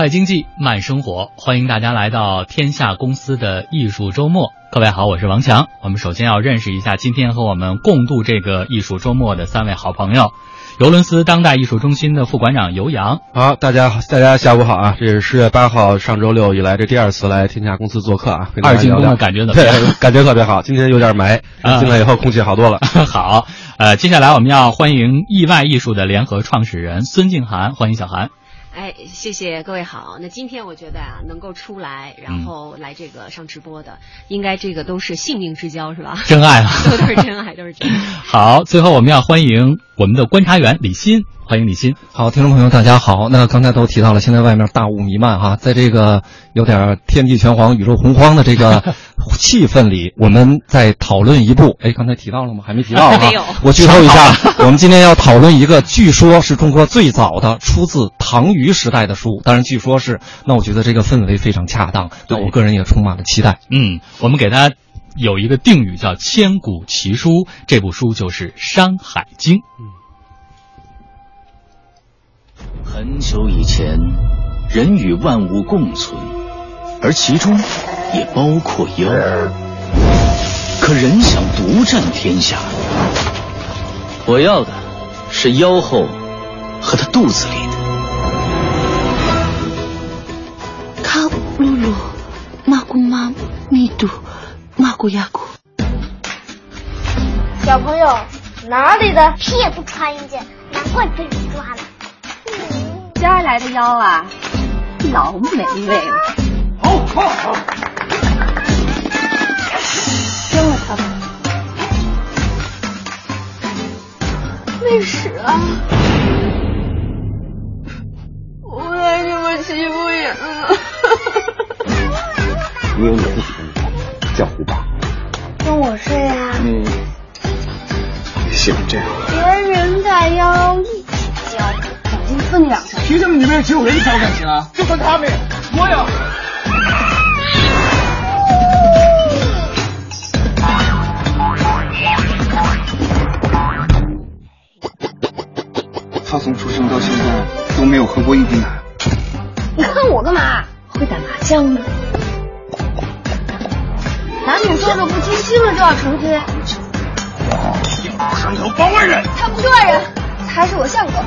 快经济，慢生活，欢迎大家来到天下公司的艺术周末。各位好，我是王强。我们首先要认识一下今天和我们共度这个艺术周末的3位好朋友。尤伦斯当代艺术中心的副馆长尤洋。 好，大家下午好啊！这是10月8号上周六以来这第2次来天下公司做客啊， 二进宫的感觉怎么样？ 对，感觉特别好。今天有点霾，进来以后空气好多了。 好，接下来我们要欢迎意外艺术的联合创始人孙静涵，欢迎小涵。 哎，谢谢各位好。那今天我觉得啊，能够出来，然后来这个上直播的，应该这个都是性命之交，是吧？ 真爱啊， 都是真爱，都是真爱。 好，最后我们要欢迎我们的观察员李欣，欢迎李欣。 好，听众朋友大家好。那刚才都提到了，现在外面大雾弥漫哈，在这个有点天地全黄、宇宙洪荒的这个气氛里，我们在讨论一部，刚才提到了吗？还没提到啊。 没有。 我剧透一下，我们今天要讨论一个据说是中国最早的出自唐虞时代的书，当然据说是，那我觉得这个氛围非常恰当，那我个人也充满了期待。 我们给它有一个定语叫千古奇书，这部书就是《山海经》。 很久以前，人与万物共存，而其中也包括妖。可人想独占天下，我要的是妖后和她肚子里的。 卡鲁鲁，马古马米杜，马古亚古。 小朋友，哪里的屁也不穿一件，难怪被你抓了。 这儿来的妖啊，老美味了。 好，扔了他吧。历史啊，我让你们欺负人了。 你有你自己的名字，叫胡巴。 跟我睡啊？ 喜欢这样。 别人带妖一起教，奖金分2成。 凭什么你们只有人教感情啊？就算他们，我呀。 他从出生到现在都没有喝过一滴奶。 你看我干嘛？会打麻将的。男女授受不亲，亲了就要成亲。 上头帮外人， 他不是外人，他是我相公。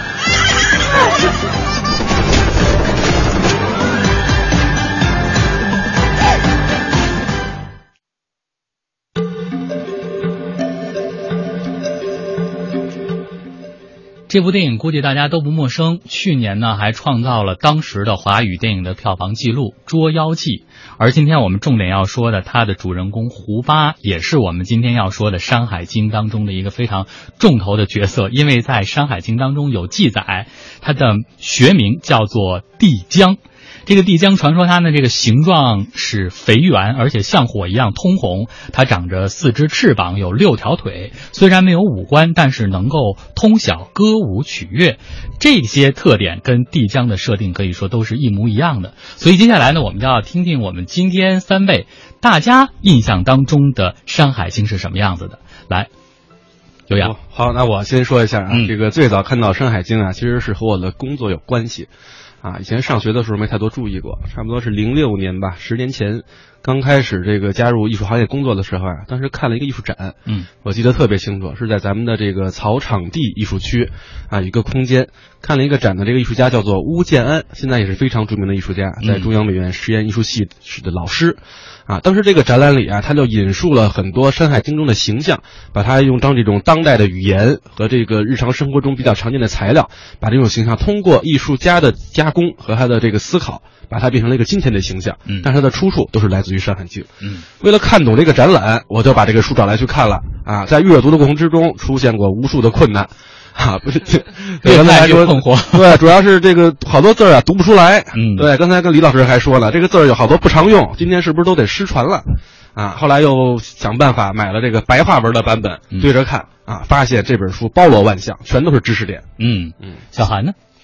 这部电影估计大家都不陌生，去年呢还创造了当时的华语电影的票房纪录《捉妖记》。而今天我们重点要说的，他的主人公胡巴也是我们今天要说的《山海经》当中的一个非常重头的角色，因为在《山海经》当中有记载，他的学名叫做帝江。这个帝江传说它的这个形状是肥圆，而且像火一样通红，它长着4只翅膀，有6条腿，虽然没有五官，但是能够通晓歌舞曲乐，这些特点跟帝江的设定可以说都是一模一样的。所以接下来呢，我们就要听听我们今天3位大家印象当中的《山海经》是什么样子的。来，尤洋。 好，那我先说一下啊，这个最早看到《山海经》啊，其实是和我的工作有关系。以前上学的时候没太多注意过，差不多是06年吧，10年前刚开始这个加入艺术行业工作的时候啊，当时看了一个艺术展，我记得特别清楚，是在咱们的这个草场地艺术区一个空间看了一个展的，这个艺术家叫做邬建安，现在也是非常著名的艺术家，在中央美院实验艺术系的老师。当时这个展览里他就引述了很多《山海经》中的形象，把它用这种当代的语言和这个日常生活中比较常见的材料，把这种形象通过艺术家的加工和他的这个思考，把它变成了一个今天的形象。但是它的出处都是来自于《山海经》。为了看懂这个展览，我就把这个书找来去看了在阅读的过程之中出现过无数的困难。不是，对，刚才还说困惑， 对，主要是这个好多字读不出来。对，刚才跟李老师还说了，这个字有好多不常用，今天是不是都得失传了？后来又想办法买了这个白话文的版本，对着看发现这本书包罗万象，全都是知识点。 小韩呢？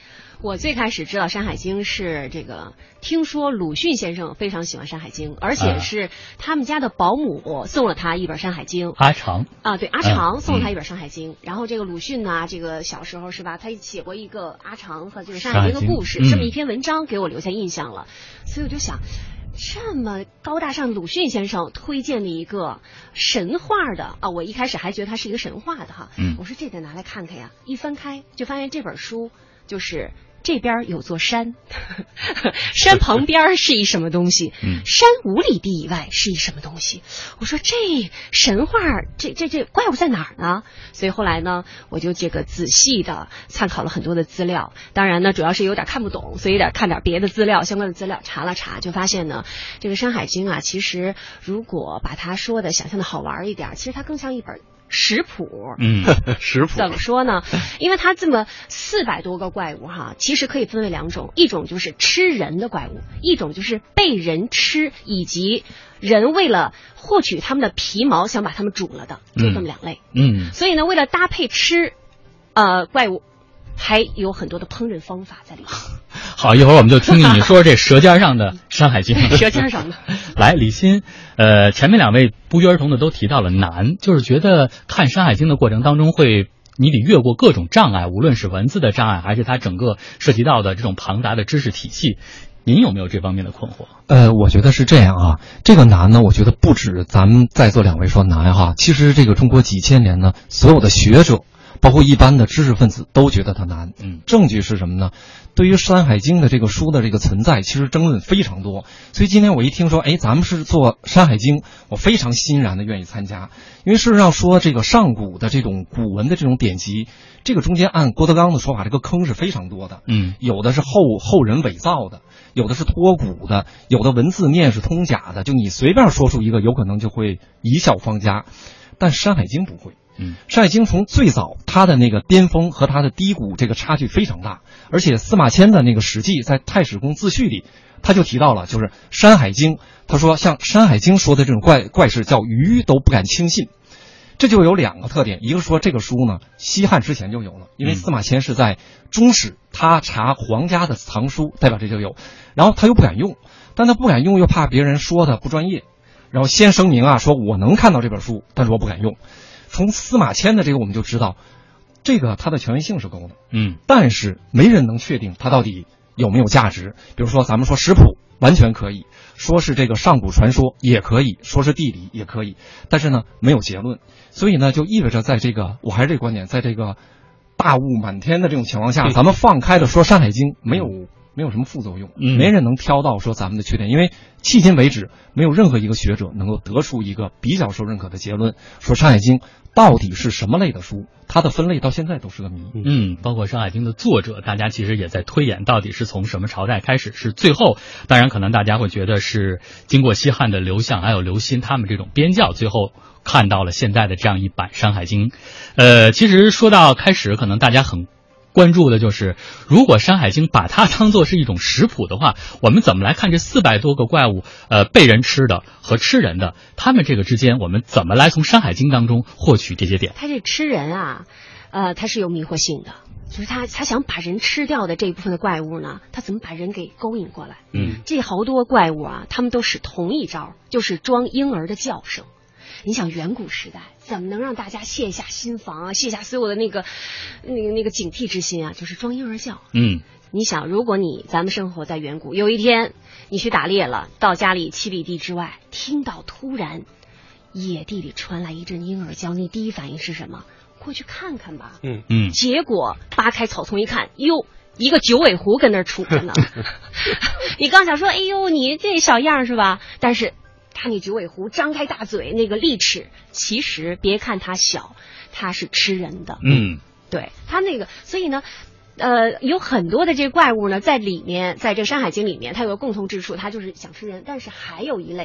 我最开始知道《山海经》是这个，听说鲁迅先生非常喜欢《山海经》，而且是他们家的保姆送了他一本《山海经》。 阿长啊，对，阿长送了他一本《山海经》，然后这个鲁迅呢，这个小时候是吧，他写过一个阿长和这个《山海经》的故事，这么一篇文章给我留下印象了，所以我就想。这么高大上的鲁迅先生推荐了一个神话的啊，我一开始还觉得它是一个神话的哈，我说这得拿来看看呀，一翻开就发现这本书就是这边有座山，山旁边是一什么东西？山5里地以外是一什么东西？我说这神话，这怪物在哪儿呢？所以后来呢，我就这个仔细的参考了很多的资料。当然呢，主要是有点看不懂，所以看点别的资料，相关的资料查了查，就发现呢，这个《山海经》啊，其实如果把它说的想象的好玩一点，其实它更像一本食谱。 食谱怎么说呢？因为它这么400多个怪物哈，其实可以分为2种，一种就是吃人的怪物，一种就是被人吃，以及人为了获取他们的皮毛想把它们煮了的，就这么2类。所以呢，为了搭配吃怪物，还有很多的烹饪方法在里面。 好，一会儿我们就听听你说这舌尖上的《山海经》。 舌尖上的。 来，李欣，前面2位不约而同的都提到了难，就是觉得看《山海经》的过程当中你得越过各种障碍，无论是文字的障碍，还是它整个涉及到的这种庞大的知识体系。您有没有这方面的困惑？ 我觉得是这样啊，这个难呢，我觉得不止咱们在座2位说难哈，其实这个中国几千年呢，所有的学者，包括一般的知识分子都觉得它难。证据是什么呢？对于《山海经》的这个书的这个存在，其实争论非常多。所以今天我一听说，咱们是做《山海经》，我非常欣然的愿意参加。因为事实上说，这个上古的这种古文的这种典籍，这个中间按郭德纲的说法，这个坑是非常多的。有的是后人伪造的，有的是脱古的，有的文字面是通假的，就你随便说出一个，有可能就会贻笑方家。但《山海经》不会。山海经从最早它的那个巅峰和它的低谷这个差距非常大，而且司马迁的那个《史记》在《太史公自序》里，他就提到了，就是《山海经》，他说像《山海经》说的这种怪事，叫鱼都不敢轻信。这就有2个特点，一个说这个书呢，西汉之前就有了，因为司马迁是在中史，他查皇家的藏书，代表这就有，然后他又不敢用，但他不敢用又怕别人说他不专业，然后先声明啊，说我能看到这本书，但是我不敢用。从司马迁的这个我们就知道，这个它的权威性是够的，但是没人能确定它到底有没有价值。比如说咱们说食谱完全可以，说是这个上古传说也可以，说是地理也可以，但是呢没有结论。所以呢就意味着在这个，我还是这个观点，在这个大雾满天的这种情况下，咱们放开了说《山海经》没有什么副作用，没人能挑到说咱们的缺点，因为迄今为止没有任何一个学者能够得出一个比较受认可的结论，说《山海经》到底是什么类的书，它的分类到现在都是个谜。 包括《山海经》的作者，大家其实也在推演到底是从什么朝代开始，是最后，当然可能大家会觉得是经过西汉的刘向还有刘歆他们这种编校，最后看到了现在的这样一版《山海经》。其实说到开始，可能大家很关注的就是，如果《山海经》把它当作是一种食谱的话，我们怎么来看这400多个怪物，被人吃的和吃人的，他们这个之间，我们怎么来从《山海经》当中获取这些点？ 他这吃人啊，他是有迷惑性的，就是他想把人吃掉的这一部分的怪物呢，他怎么把人给勾引过来？这好多怪物啊，他们都使同一招，就是装婴儿的叫声。你想远古时代怎么能让大家卸下心防啊，卸下所有的那个警惕之心啊，就是装婴儿叫。你想，如果咱们生活在远古，有一天你去打猎了，到家里7里地之外，听到突然野地里传来一阵婴儿叫，你第一反应是什么？过去看看吧。结果扒开草丛一看，哟，一个九尾狐跟那儿杵着呢。你刚想说，哎呦，你这小样是吧？但是他那九尾狐张开大嘴，那个利齿，其实别看它小，它是吃人的。对，它那个，所以呢，有很多的这个怪物呢，在里面，在这个《山海经》里面，它有个共同之处，它就是想吃人。但是还有一类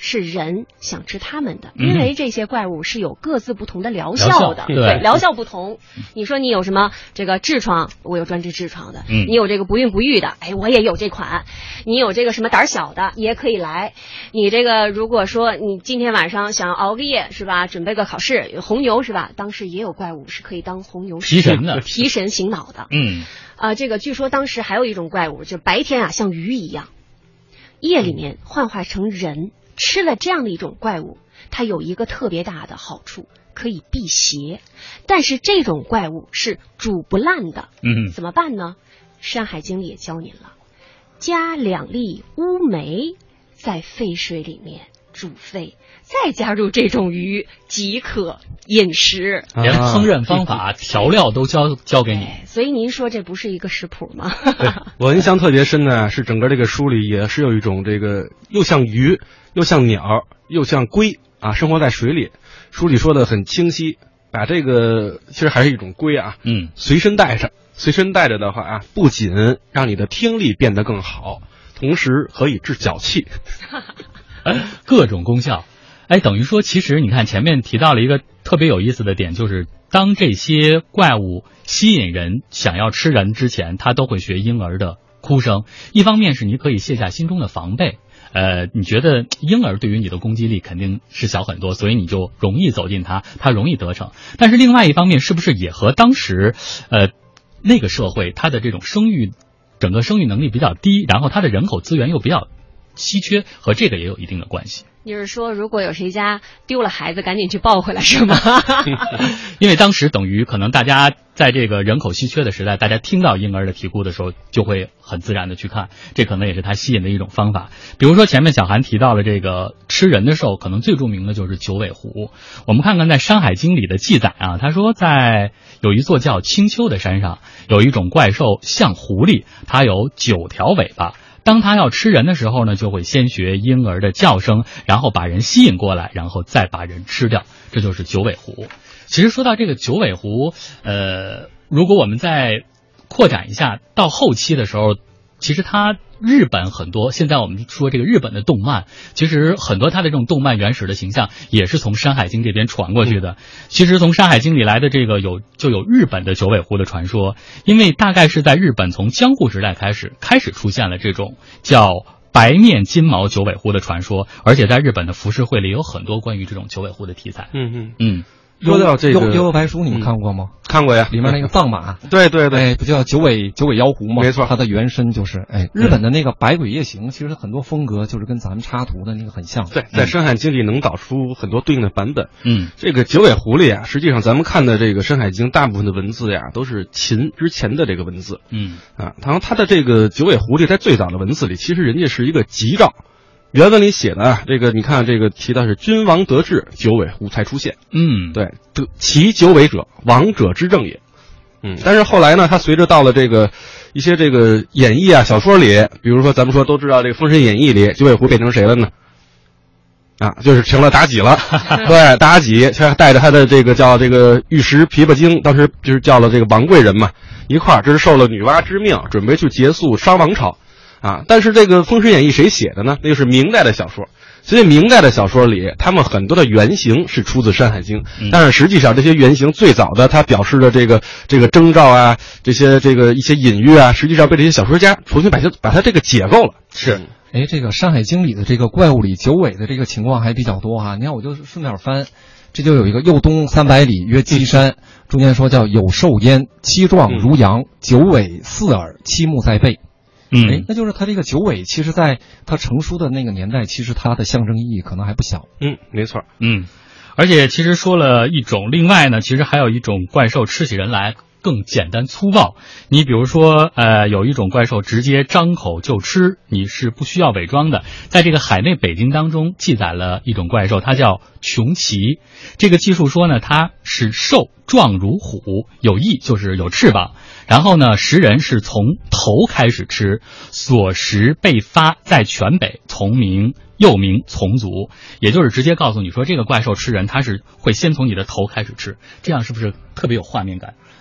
是人想吃它们的，因为这些怪物是有各自不同的疗效的，对，疗效不同。你说你有什么这个痔疮，我有专治痔疮的，你有这个不孕不育的，哎，我也有这款，你有这个什么胆小的也可以来，你这个如果说你今天晚上想熬个夜是吧，准备个考试，红牛是吧，当时也有怪物是可以当红牛提神的， 提神醒脑的。这个据说当时还有一种怪物，就白天啊像鱼一样，夜里面幻化成人。吃了这样的一种怪物，它有一个特别大的好处，可以辟邪。但是这种怪物是煮不烂的，怎么办呢？《山海经》里也教您了，加2粒乌梅在沸水里面煮沸，再加入这种鱼即可饮食， 连烹饪方法、调料都教给你。 所以您说这不是一个食谱吗？ 我印象特别深的是，整个这个书里也是有一种这个又像鱼。又像鸟，又像龟啊，生活在水里。书里说的很清晰，把这个其实还是一种龟啊，随身带着。随身带着的话啊，不仅让你的听力变得更好，同时可以治脚气， 各种功效。哎，等于说，其实你看前面提到了一个特别有意思的点，就是当这些怪物吸引人想要吃人之前，它都会学婴儿的哭声。一方面是你可以卸下心中的防备。你觉得婴儿对于你的攻击力肯定是小很多，所以你就容易走进它容易得逞。但是另外一方面，是不是也和当时那个社会它的这种整个生育能力比较低，然后它的人口资源又比较稀缺，和这个也有一定的关系？ 就是说，如果有谁家丢了孩子，赶紧去抱回来，是吗？ 因为当时等于可能大家在这个人口稀缺的时代，大家听到婴儿的啼哭的时候，就会很自然的去看，这可能也是他吸引的一种方法。比如说前面小韩提到了这个吃人的兽，可能最著名的就是九尾狐。我们看看在《山海经》里的记载啊，他说在有一座叫青丘的山上，有一种怪兽像狐狸，它有9条尾巴。当他要吃人的时候呢，就会先学婴儿的叫声，然后把人吸引过来，然后再把人吃掉，这就是九尾狐。其实说到这个九尾狐，如果我们再扩展一下，到后期的时候，其实它日本很多，现在我们说这个日本的动漫，其实很多它的这种动漫原始的形象也是从《山海经》这边传过去的。其实从《山海经》里来的这个就有日本的九尾狐的传说，因为大概是在日本从江户时代开始出现了这种叫白面金毛九尾狐的传说，而且在日本的浮世绘里有很多关于这种九尾狐的题材。 说到这个 《幽游白书》，你们看过吗？ 看过呀， 里面那个藏马， 对对对， 不叫九尾妖狐吗？ 没错， 它的原身就是日本的那个《百鬼夜行》，其实很多风格就是跟咱们插图的那个很像。 对，在《山海经》里能导出很多对应的版本。这个九尾狐狸啊，实际上咱们看的这个《山海经》大部分的文字呀，都是秦之前的这个文字。然后它的这个九尾狐狸在最早的文字里，其实人家是一个吉兆。原文里写的啊，这个你看这个提到是君王得志，九尾狐才出现。对，其九尾者，王者之政也。但是后来呢，他随着到了这个一些这个演义啊、小说里，比如说咱们说都知道这个《封神演义》里，九尾狐变成谁了呢？就是成了妲己了。对，妲己他带着他的这个叫这个玉石琵琶精，当时就是叫了这个王贵人嘛，一块儿这是受了女娲之命，准备去结束商王朝。但是这个《封神演义》谁写的呢？那就是明代的小说。所以明代的小说里，他们很多的原型是出自《山海经》，但是实际上这些原型最早的它表示的这个征兆啊，这些一些隐喻啊，实际上被这些小说家重新把它这个解构了。 是。 这个《山海经》里的这个怪物里九尾的这个情况还比较多啊。你看，我就顺便翻，这就有一个右东300里曰岐山，中间说叫有兽焉，七状如羊，九尾四耳，七目在背。那就是它这个九尾，其实在它成书的那个年代，其实它的象征意义可能还不小。 没错。 而且其实说了一种，另外呢，其实还有一种怪兽吃起人来更简单粗暴。你比如说，有一种怪兽直接张口就吃，你是不需要伪装的。在这个《海内北经》当中记载了一种怪兽，它叫穷奇。这个记述说呢，它是兽状如虎，有翼就是有翅膀。然后呢，食人是从头开始吃，所食被发在全北，从名又名从族，也就是直接告诉你说，这个怪兽吃人，它是会先从你的头开始吃，这样是不是特别有画面感？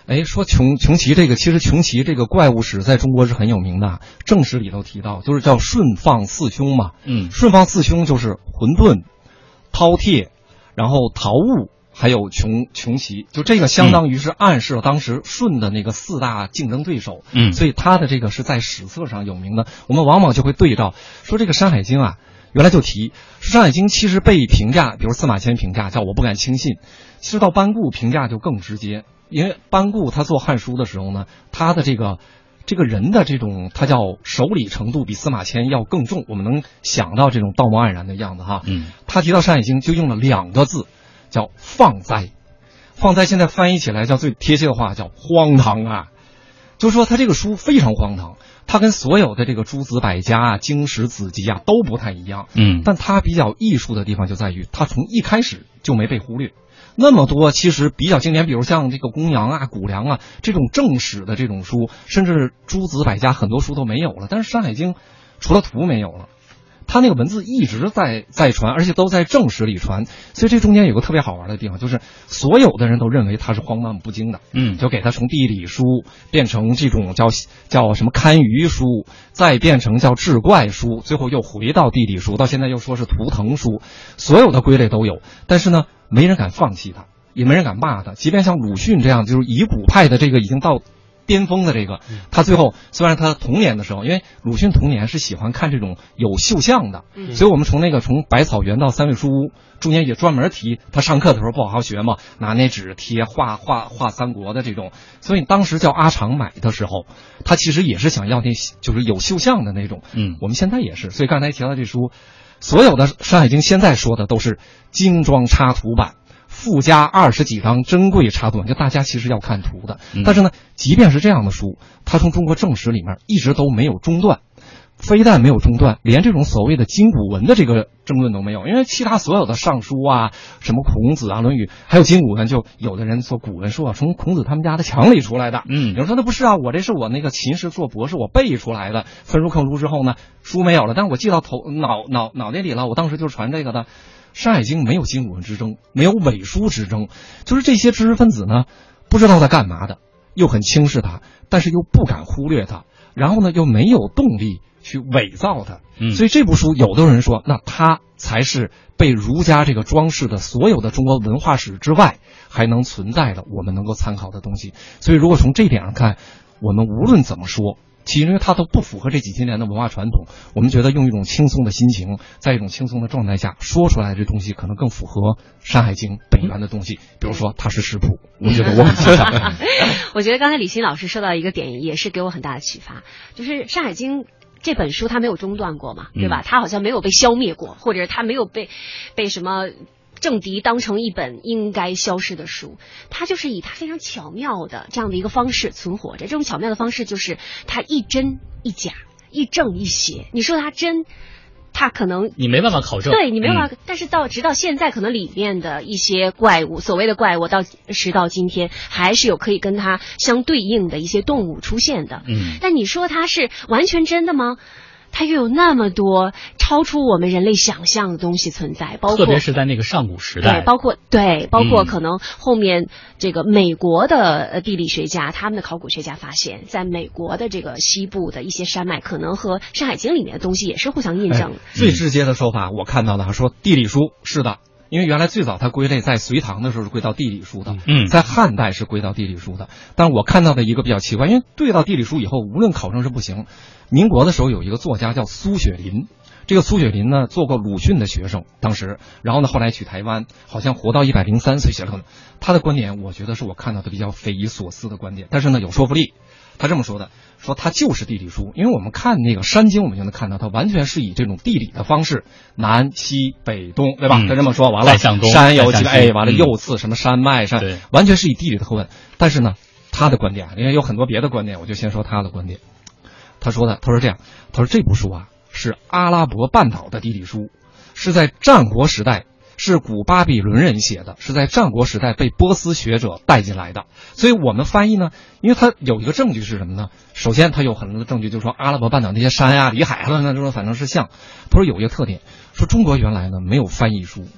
说穷奇这个，其实穷奇这个怪物史在中国是很有名的，正史里头提到，就是叫顺放四凶嘛。顺放四凶就是混沌、饕餮，然后陶物，还有穷奇，就这个相当于是暗示了当时舜的那个4大竞争对手。所以他的这个是在史册上有名的。我们往往就会对照说这个《山海经》啊，原来就提《山海经》其实被评价，比如司马迁评价叫我不敢轻信，其实到班固评价就更直接。因为班固他做《汉书》的时候呢，他的这个人的这种他叫守礼程度比司马迁要更重，我们能想到这种道貌岸然的样子哈。他提到《山海经》就用了2个字，叫放哉。放哉现在翻译起来叫最贴切的话叫荒唐啊，就是说他这个书非常荒唐，他跟所有的这个诸子百家啊、经史子集啊都不太一样。但他比较艺术的地方就在于他从一开始就没被忽略。那么多其实比较经典，比如像这个公羊啊、谷梁啊这种正史的这种书，甚至诸子百家很多书都没有了，但是《山海经》除了图没有了，它那个文字一直在传，而且都在正史里传，所以这中间有个特别好玩的地方，就是所有的人都认为它是荒诞不经的，就给它从地理书变成这种叫什么堪舆书，再变成叫志怪书，最后又回到地理书，到现在又说是图腾书，所有的归类都有，但是呢，没人敢放弃它，也没人敢骂它，即便像鲁迅这样就是以古派的这个已经到巅峰的这个，他最后虽然他童年的时候，因为鲁迅童年是喜欢看这种有绣像的，所以我们从百草园到三味书屋中间也专门提他上课的时候不好好学嘛，拿那纸贴画三国的这种，所以当时叫阿长买的时候，他其实也是想要那就是有绣像的那种。我们现在也是，所以刚才提到这书，所有的《山海经》现在说的都是精装插图版。附加20几张珍贵插图，就大家其实要看图的。但是呢，即便是这样的书，它从中国正史里面一直都没有中断，非但没有中断，连这种所谓的今古文的这个争论都没有。因为其他所有的尚书啊、什么孔子啊、论语，还有今古文，就有的人说古文说从孔子他们家的墙里出来的。有人说那不是啊，我这是我那个秦时做博士我背出来的，分数课书之后呢，书没有了，但我记到脑袋里了，我当时就传这个的。《山海经》没有今古文之争，没有伪书之争，就是这些知识分子呢，不知道在干嘛的，又很轻视它，但是又不敢忽略它，然后呢又没有动力去伪造它。所以这部书，有的人说，那它才是被儒家这个装饰的所有的中国文化史之外还能存在的我们能够参考的东西。所以如果从这点上看，我们无论怎么说，其实因为它都不符合这几千年的文化传统，我们觉得用一种轻松的心情，在一种轻松的状态下说出来的这东西，可能更符合《山海经》本源的东西。比如说它是食谱，我觉得我很欣赏。 我觉得刚才李欣老师说到一个点，也是给我很大的启发，就是《山海经》这本书它没有中断过嘛，对吧？它好像没有被消灭过，或者它没有被什么政敌当成一本应该消失的书，它就是以它非常巧妙的这样的一个方式存活着。这种巧妙的方式就是它一真一假，一正一邪。你说它真，它可能你没办法考证， 对你没办法。但是直到现在，可能里面的一些怪物，所谓的怪物，时到今天，还是有可以跟它相对应的一些动物出现的。但你说它是完全真的吗？它又有那么多超出我们人类想象的东西存在，包括特别是在那个上古时代， 包括可能后面这个美国的地理学家，他们的考古学家发现，在美国的这个西部的一些山脉，可能和《山海经》里面的东西也是互相印证。 最直接的说法，我看到的说地理书是的。因为原来最早它归类在隋唐的时候是归到地理书的，在汉代是归到地理书的。但我看到的一个比较奇怪，因为对到地理书以后，无论考证是不行。民国的时候有一个作家叫苏雪林，这个苏雪林呢做过鲁迅的学生，当时，然后呢后来去台湾，好像活到103岁写了。他的观点，我觉得是我看到的比较匪夷所思的观点，但是呢有说服力。他这么说的，说他就是地理书，因为我们看那个《山经》，我们就能看到它完全是以这种地理的方式，南西北东，对吧？他这么说完了，山有几个完了右次什么山脉山，完全是以地理的口吻。但是呢，他的观点，因为有很多别的观点，我就先说他的观点。他说这样，他说这部书啊是阿拉伯半岛的地理书，是在战国时代。是古巴比伦人写的，是在战国时代被波斯学者带进来的。所以我们翻译呢，因为它有一个证据是什么呢？首先它有很多的证据，就是说阿拉伯半岛那些山啊、里海啊，那就说反正是像。他说有一个特点，说中国原来呢没有翻译书，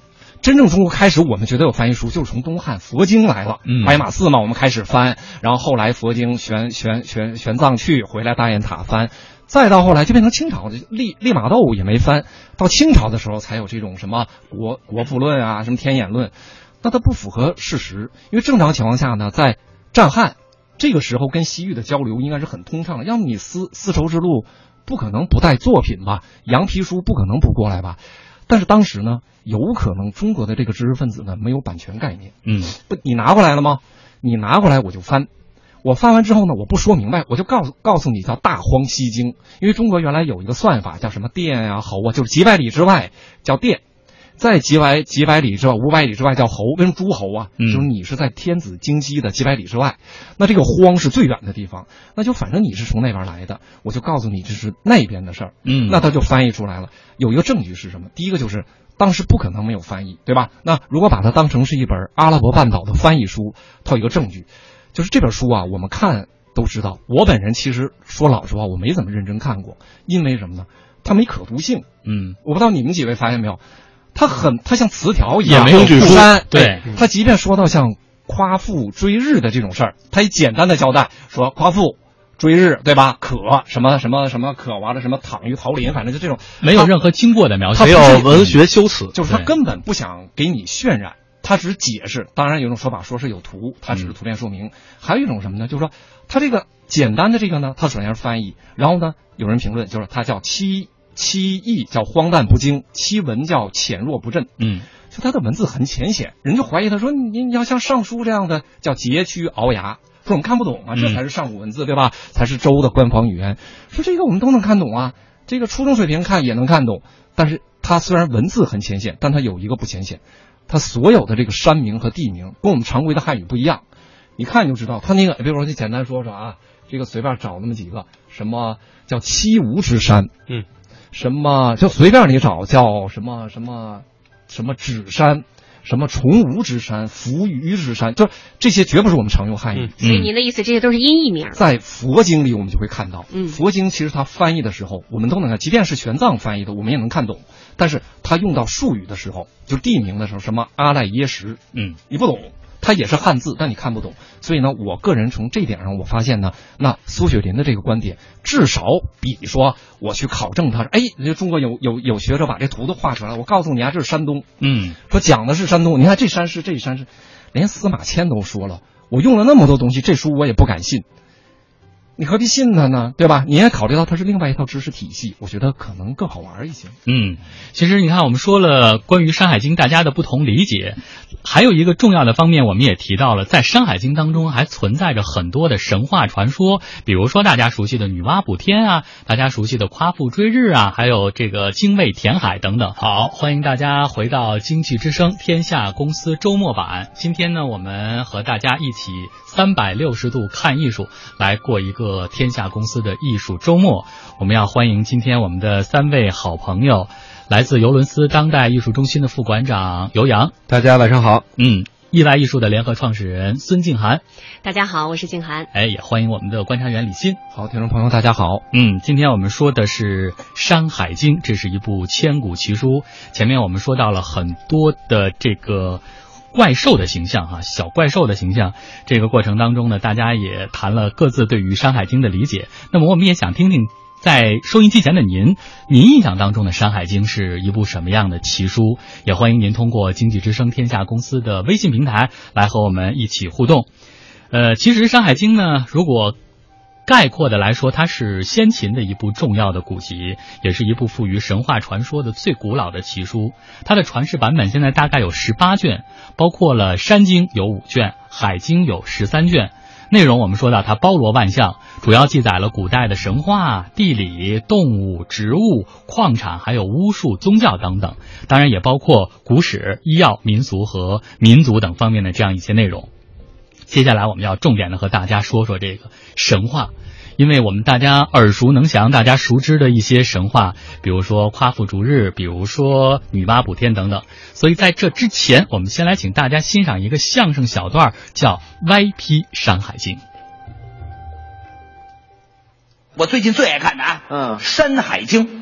真正中国开始我们觉得有翻译书，就是从东汉佛经来了，白马寺嘛，我们开始翻，然后后来佛经玄奘去回来大雁塔翻，再到后来就变成清朝的利玛窦也没翻，到清朝的时候才有这种什么国父论啊，什么天演论，那它不符合事实，因为正常情况下呢，在战汉这个时候跟西域的交流应该是很通畅的，要么你丝绸之路不可能不带作品吧，羊皮书不可能不过来吧。但是当时呢，有可能中国的这个知识分子呢没有版权概念，不，你拿过来了吗？你拿过来我就翻，我翻完之后呢，我不说明白，我就告诉你叫大荒西经，因为中国原来有一个算法叫什么殿啊侯啊，就是几百里之外叫殿，在几百里之外500里之外叫侯，为什么诸侯啊？就是你是在天子京畿的几百里之外，那这个荒是最远的地方，那就反正你是从那边来的，我就告诉你这是那边的事儿，那他就翻译出来了。有一个证据是什么？第一个就是当时不可能没有翻译，对吧？那如果把它当成是一本阿拉伯半岛的翻译书，它有一个证据，就是这本书啊，我们看都知道，我本人其实说老实话，我没怎么认真看过，因为什么呢？它没可读性。我不知道你们几位发现没有？它像词条一样， 也没有不删。 对， 它即便说到像夸父追日的这种事儿，它也简单的交代说夸父追日，对吧？可什么可完了什么躺于桃林，反正就这种没有任何经过的描写， 没有文学修辞， 就是他根本不想给你渲染，他只解释。当然有一种说法说是有图，他只是图片说明。还有一种什么呢？就是说他这个简单的这个呢，他首先是翻译，然后呢有人评论就是他叫七义叫荒诞不经，七文叫浅弱不振。就他的文字很浅显，人就怀疑他说你要像尚书这样的叫佶屈鳌牙。说我们看不懂啊，这才是上古文字，对吧？才是周的官方语言。说这个我们都能看懂啊，这个初中水平看也能看懂。但是它虽然文字很浅显，但它有一个不浅显，它所有的这个山名和地名跟我们常规的汉语不一样。你看你就知道，它那个，比如说就简单说说啊，这个随便找那么几个，什么叫七无之山，什么就随便你找叫什么止山。什么崇吾之山、扶余之山，就这些绝不是我们常用汉语。 所以您的意思，这些都是音译名。 在佛经里，我们就会看到，佛经其实它翻译的时候，我们都能看，即便是玄奘翻译的，我们也能看懂。但是它用到术语的时候，就地名的时候，什么阿赖耶识，你不懂。它也是汉字，但你看不懂。所以呢，我个人从这点上，我发现呢，那苏雪林的这个观点，至少比说我去考证他，中国有学者把这图都画出来，我告诉你啊，这是山东，说讲的是山东，你看这山是，连司马迁都说了，我用了那么多东西，这书我也不敢信。你何必信他呢？对吧？你也考虑到它是另外一套知识体系，我觉得可能更好玩一些。 其实你看，我们说了关于《山海经》大家的不同理解，还有一个重要的方面，我们也提到了，在《山海经》当中还存在着很多的神话传说，比如说大家熟悉的女娲补天啊，大家熟悉的夸父追日啊，还有这个精卫填海等等。好，欢迎大家回到经济之声天下公司周末版。今天呢，我们和大家一起360度看艺术，来过一个天下公司的艺术周末。我们要欢迎今天我们的3位好朋友，来自尤伦斯当代艺术中心的副馆长尤洋， 大家晚上好。 意外艺术的联合创始人孙静涵， 大家好，我是静涵。 也欢迎我们的观察员李欣。 好，听众朋友大家好。 今天我们说的是《山海经》，这是一部千古奇书。前面我们说到了很多的这个怪兽的形象小怪兽的形象，这个过程当中呢，大家也谈了各自对于《山海经》的理解。那么我们也想听听，在收音机前的您印象当中的《山海经》是一部什么样的奇书？也欢迎您通过经济之声天下公司的微信平台来和我们一起互动。其实《山海经》呢，如果概括的来说，它是先秦的一部重要的古籍，也是一部富于神话传说的最古老的奇书。它的传世版本现在大概有18卷，包括了山经有5卷，海经有13卷。内容我们说到它包罗万象，主要记载了古代的神话、地理、动物、植物、矿产，还有巫术、宗教等等，当然也包括古史、医药、民俗和民族等方面的这样一些内容。接下来我们要重点的和大家说说这个神话，因为我们大家耳熟能详，大家熟知的一些神话，比如说夸父逐日，比如说女娲补天等等。所以在这之前，我们先来请大家欣赏一个相声小段，叫歪批山海经。 我最近最爱看的山海经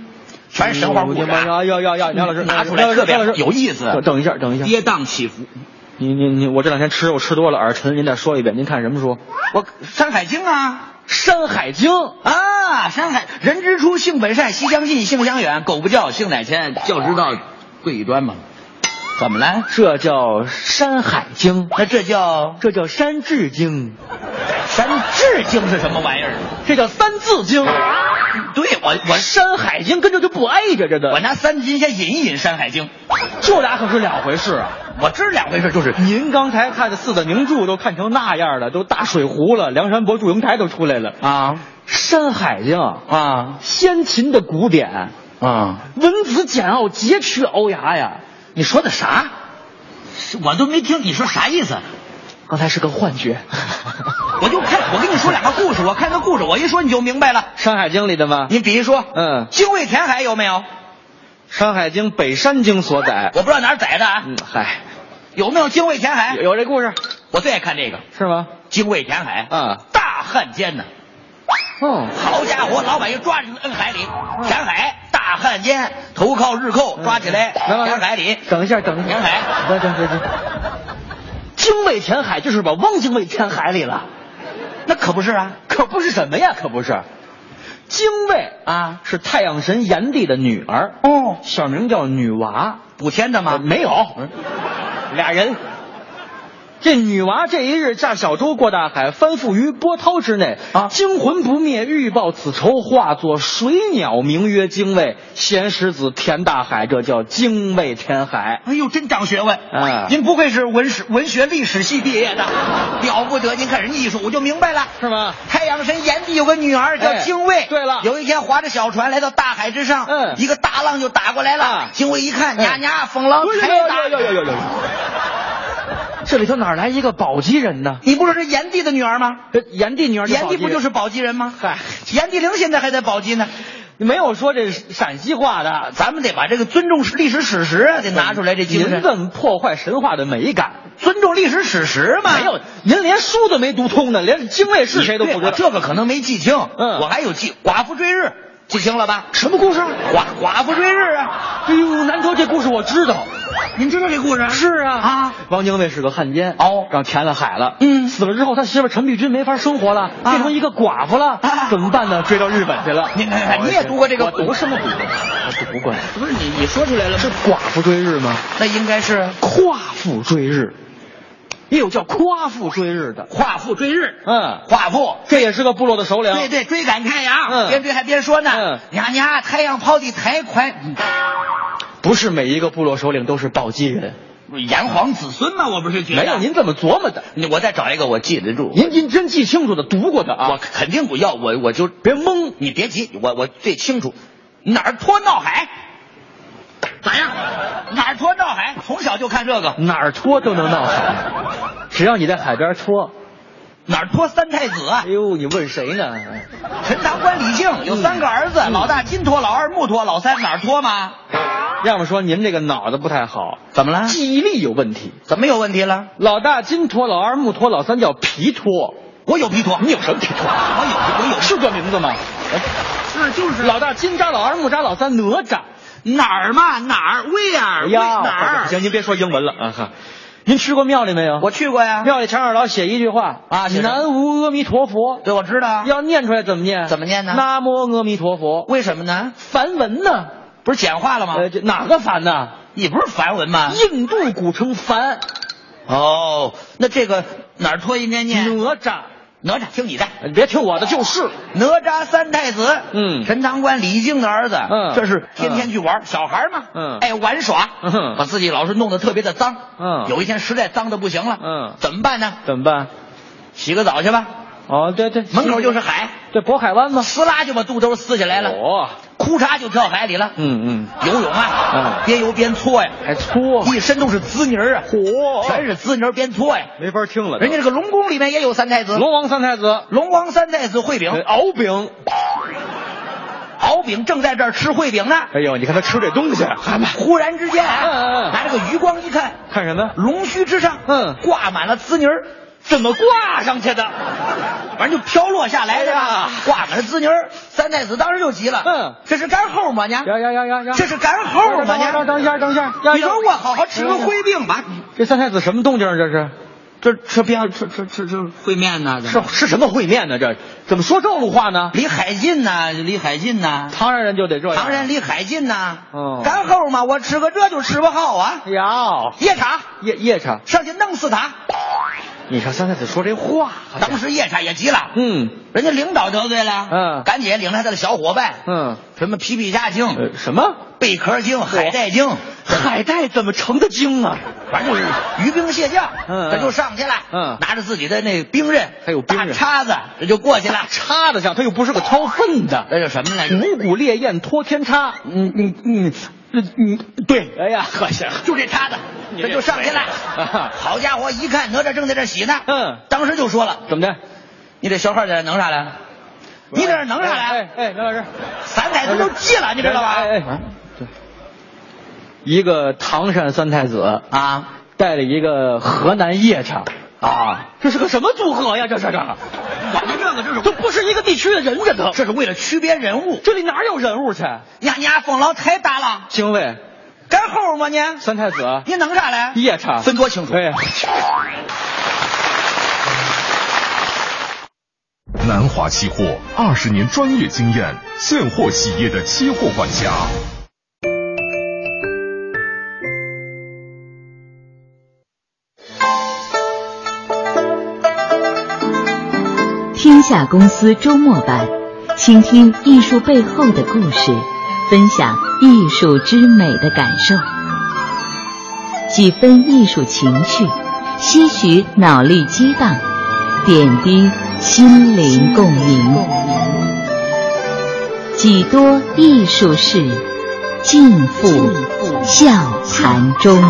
全是神话故事。 杨老师拿出来特别有意思。 等一下， 跌宕起伏。 你，我这两天吃肉吃多了，耳沉，您再说一遍，您看什么书？ 我《山海经》啊， 《山海经》 啊，山海人之初，性本善，习将近，性相远，苟不教，性乃迁，教之道，贵以专嘛。怎么了？ 这叫《山海经》， 那这叫 《山治经》。 山治经是什么玩意儿？ 这叫《三字经》。 对，我 《山海经》跟这就不挨着的。 我拿三字经先引一引《山海经》， 这俩可是两回事啊！ 我知两回事，就是您刚才看的四大名著都看成那样了，都大水壶了，梁山伯祝英台都出来了啊！ 《山海经》啊，先秦的古典啊， 文字简奥，佶屈聱牙呀！ 你说的啥？我都没听你说啥意思。 刚才是个幻觉。 我跟你说两个故事，我看个故事，我一说你就明白了。 《山海经》里的吗？ 你比如说，精卫填海有没有？《 山海经》北山经所载， 我不知道哪儿载的啊。 嗨， 有没有精卫填海？ 有这故事， 我最爱看这个。 是吗？ 精卫填海啊， 大汉奸呢。 哦， 好家伙，老百姓抓着摁海里填海，大汉奸投靠日寇，抓起来填海里。 等一下， 填海， 等。精卫填海就是把汪精卫填海里了， 那可不是啊， 可不是什么呀，可不是。精卫啊是太阳神炎帝的女儿哦， 小名叫女娃， 补天的吗？ 没有，俩人。这女娃这一日驾小舟过大海，翻覆于波涛之内啊，惊魂不灭，欲报此仇，化作水鸟，名曰精卫。贤石子填大海，这叫精卫填海。 哎呦，真长学问啊！ 您不愧是文学历史系毕业的，了不得！您看人艺术，我就明白了， 是吗？ 太阳神炎帝有个女儿叫精卫。 对了， 有一天划着小船来到大海之上，一个大浪就打过来了。精卫一看，呀，风浪太大。 这里头哪来一个宝鸡人呢？ 你不是炎帝的女儿吗？ 炎帝女儿， 炎帝不就是宝鸡人吗？ 嗨， 炎帝陵现在还在宝鸡呢。 没有说这陕西话的， 咱们得把这个尊重历史史实得拿出来。这精神， 您怎么破坏神话的美感？ 尊重历史史实嘛。 没有，您连书都没读通呢，连精卫是谁都不知道。 这个可能没记清。我还有寡妇追日，记清了吧？ 什么故事？ 寡妇追日啊！ 哎呦，难得这故事我知道。 您知道这故事？ 是啊，汪精卫是个汉奸让填了海了。死了之后，他媳妇陈璧君没法生活了，变成一个寡妇了。怎么办呢？追到日本去了。 你也读过这个？ 我读什么读？我读过。 不是你说出来了？ 是寡妇追日吗？ 那应该是夸父追日。也有叫夸父追日的， 夸父追日， 夸父这也是个部落的首领。 对，追赶太阳，边追还边说呢，呀，太阳跑得太快。 不是每一个部落首领都是宝鸡人， 炎黄子孙嘛，我不是觉得。 没有，您怎么琢磨的？ 我再找一个我记得住。 您真记清楚的，读过的啊？ 我肯定不要，我就别懵，你别急，我最清楚。哪儿拖闹海？咋样？哪儿拖闹海？从小就看这个， 哪儿拖都能闹海，只要你在海边拖。 哪儿拖三太子啊？ 哎呦，你问谁呢？ 陈塘关李靖有3个儿子，老大金拖，老二木拖，老三哪儿拖吗？ 要么说您这个脑子不太好， 怎么了？ 记忆力有问题。 怎么有问题了？ 老大金拖，老二木拖，老三叫皮拖。 我有皮拖， 你有什么皮拖？ 我有， 是这名字吗？ 是就是老大金吒，老二木吒，老三哪吒。 哪儿嘛？哪儿？Where？哪儿？ 行，您别说英文了啊哈。您去过庙里没有？ 我去过呀。 庙里常二老写一句话啊， 南无阿弥陀佛。 对，我知道。 要念出来怎么念？ 怎么念呢？ 南无阿弥陀佛。 为什么呢？ 梵文呢？ 不是简化了吗？ 哪个梵呢？ 你不是梵文吗？ 印度古称梵。 哦，那这个哪儿拖应该念？哪吒，听你的， 你别听我的，就是哪吒3太子，陈塘关李靖的儿子，这是天天去玩，小孩嘛，爱玩耍，把自己老是弄得特别的脏，有一天实在脏的不行了，怎么办呢？ 怎么办？ 洗个澡去吧。 哦，对， 门口就是海， 这渤海湾吗？ 撕拉就把肚兜撕下来了，裤衩就跳海里了。游泳啊，边游边搓呀， 还搓， 一身都是滋泥啊，全是滋泥边搓呀， 没法听了。 人家这个龙宫里面也有3太子， 龙王3太子， 龙王3太子烩饼、 敖丙。 敖丙正在这儿吃烩饼呢。 哎呦，你看他吃这东西， 忽然之间，拿这个余光一看， 看什么？ 龙须之上，挂满了滋泥儿。 怎么挂上去的？ 反正就飘落下来的嘛，挂个滋泥儿。三太子当时就急了，这是干猴吗呢？ 呀， 这是干猴吗呢？ 等一下， 你说我好好吃个烩饼吧。 这三太子什么动静？这是？这吃烩面呢？ 是什么烩面呢？这怎么说这路话呢？ 李海进呐， 唐人就得这样。 唐人李海进呐，干猴嘛，我吃个这就吃不好啊。夜叉上去弄死他。 你看三太子说这话， 当时夜叉也急了，人家领导得罪了，赶紧领他的小伙伴，什么皮皮虾精， 什么贝壳精、海带精， 海带怎么成的精啊？ 反正就是鱼兵蟹将，这就上去了，拿着自己的那兵刃， 还有大叉子，这就过去了。 叉子上他又不是个挑粪的， 这叫什么来着？ 五谷烈焰托天叉。对，哎呀，可惜了， 就这叉子，这就上去了。好家伙，一看哪吒正在这洗呢，当时就说了， 怎么的？ 你这小孩在这弄啥来？你在这弄啥来？ 那老师， 三太子都急了，你知道吧？ 对，一个唐山三太子啊， 带了一个河南夜叉啊，这是个什么组合呀？这是这不是一个地区的人， 这是为了区别人物。 这里哪有人物去？ 你风浪太大了。 精卫， 干猴吗你？ 三太子， 你弄啥来？ 夜叉， 分多清楚。 南华期货20年专业经验，现货企业的期货管家。 天下公司周末版，倾听艺术背后的故事，分享艺术之美的感受，几分艺术情趣，些许脑力激荡，点滴心灵共鸣，几多艺术事，尽付笑谈中。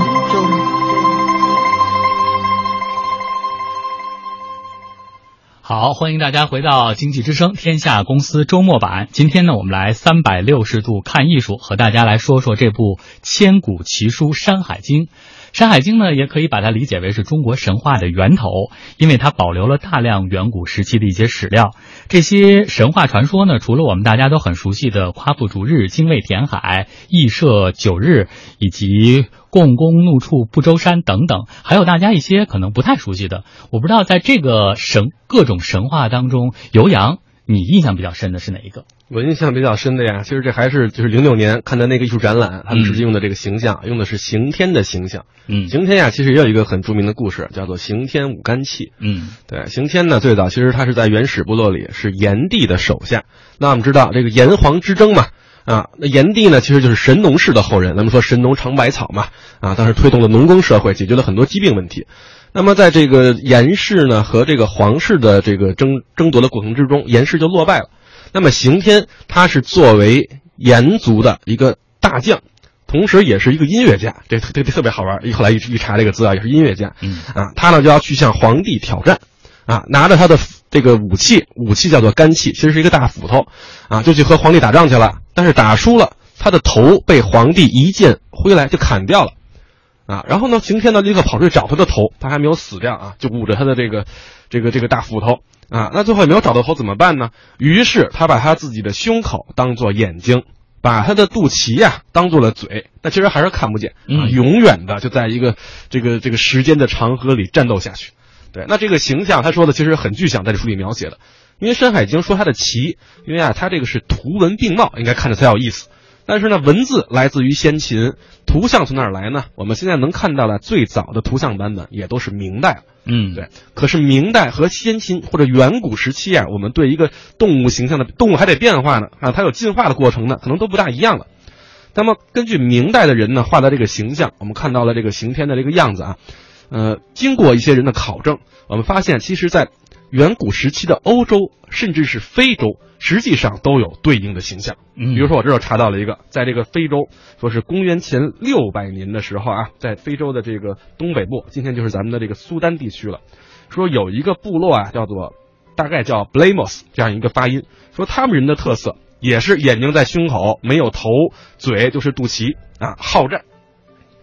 好，欢迎大家回到经济之声天下公司周末版。今天呢，我们来360度看艺术，和大家来说说这部千古奇书《山海经》。《山海经》呢，也可以把它理解为是中国神话的源头，因为它保留了大量远古时期的一些史料。这些神话传说呢，除了我们大家都很熟悉的夸父逐日、精卫填海、羿射9日，以及共工怒触不周山等等，还有大家一些可能不太熟悉的。我不知道在这个各种神话当中，游阳你印象比较深的是哪一个？ 我印象比较深的呀，其实这还是就是06年看的那个艺术展览，他们实际用的这个形象，用的是刑天的形象。刑天呀，其实也有一个很著名的故事，叫做刑天舞干气。对，刑天呢，最早其实他是在原始部落里是炎帝的手下。那我们知道这个炎黄之争嘛，那炎帝呢，其实就是神农氏的后人。咱们说神农尝百草嘛，当时推动了农耕社会，解决了很多疾病问题。那么在这个炎氏呢和这个黄氏的这个争夺的过程之中，炎氏就落败了。那么刑天他是作为炎族的一个大将，同时也是一个音乐家，这特别好玩。后来一查这个资料，也是音乐家。他呢就要去向皇帝挑战，拿着他的这个武器叫做干气，其实是一个大斧头，就去和皇帝打仗去了。但是打输了，他的头被皇帝一剑挥来就砍掉了。然后呢，刑天呢立刻跑出去找他的头，他还没有死掉就捂着他的这个大斧头。那最后也没有找到头怎么办呢？于是他把他自己的胸口当作眼睛，把他的肚脐当作了嘴，那其实还是看不见永远的就在一个这个时间的长河里战斗下去。对，那这个形象他说的其实很具象，在这书里描写的。因为《山海经》说它的奇，因为它这个是图文并茂，应该看着才有意思。但是呢，文字来自于先秦，图像从哪儿来呢？我们现在能看到的最早的图像版本也都是明代了。对。可是明代和先秦或者远古时期我们对一个动物形象的动物还得变化呢它有进化的过程呢，可能都不大一样了。那么根据明代的人呢画的这个形象，我们看到了这个刑天的这个样子经过一些人的考证，我们发现其实在远古时期的欧洲甚至是非洲，实际上都有对应的形象。比如说我这儿查到了一个，在这个非洲，说是公元前600年的时候在非洲的这个东北部，今天就是咱们的这个苏丹地区了，说有一个部落叫做大概叫 Blamos 这样一个发音，说他们人的特色也是眼睛在胸口，没有头，嘴就是肚脐好战。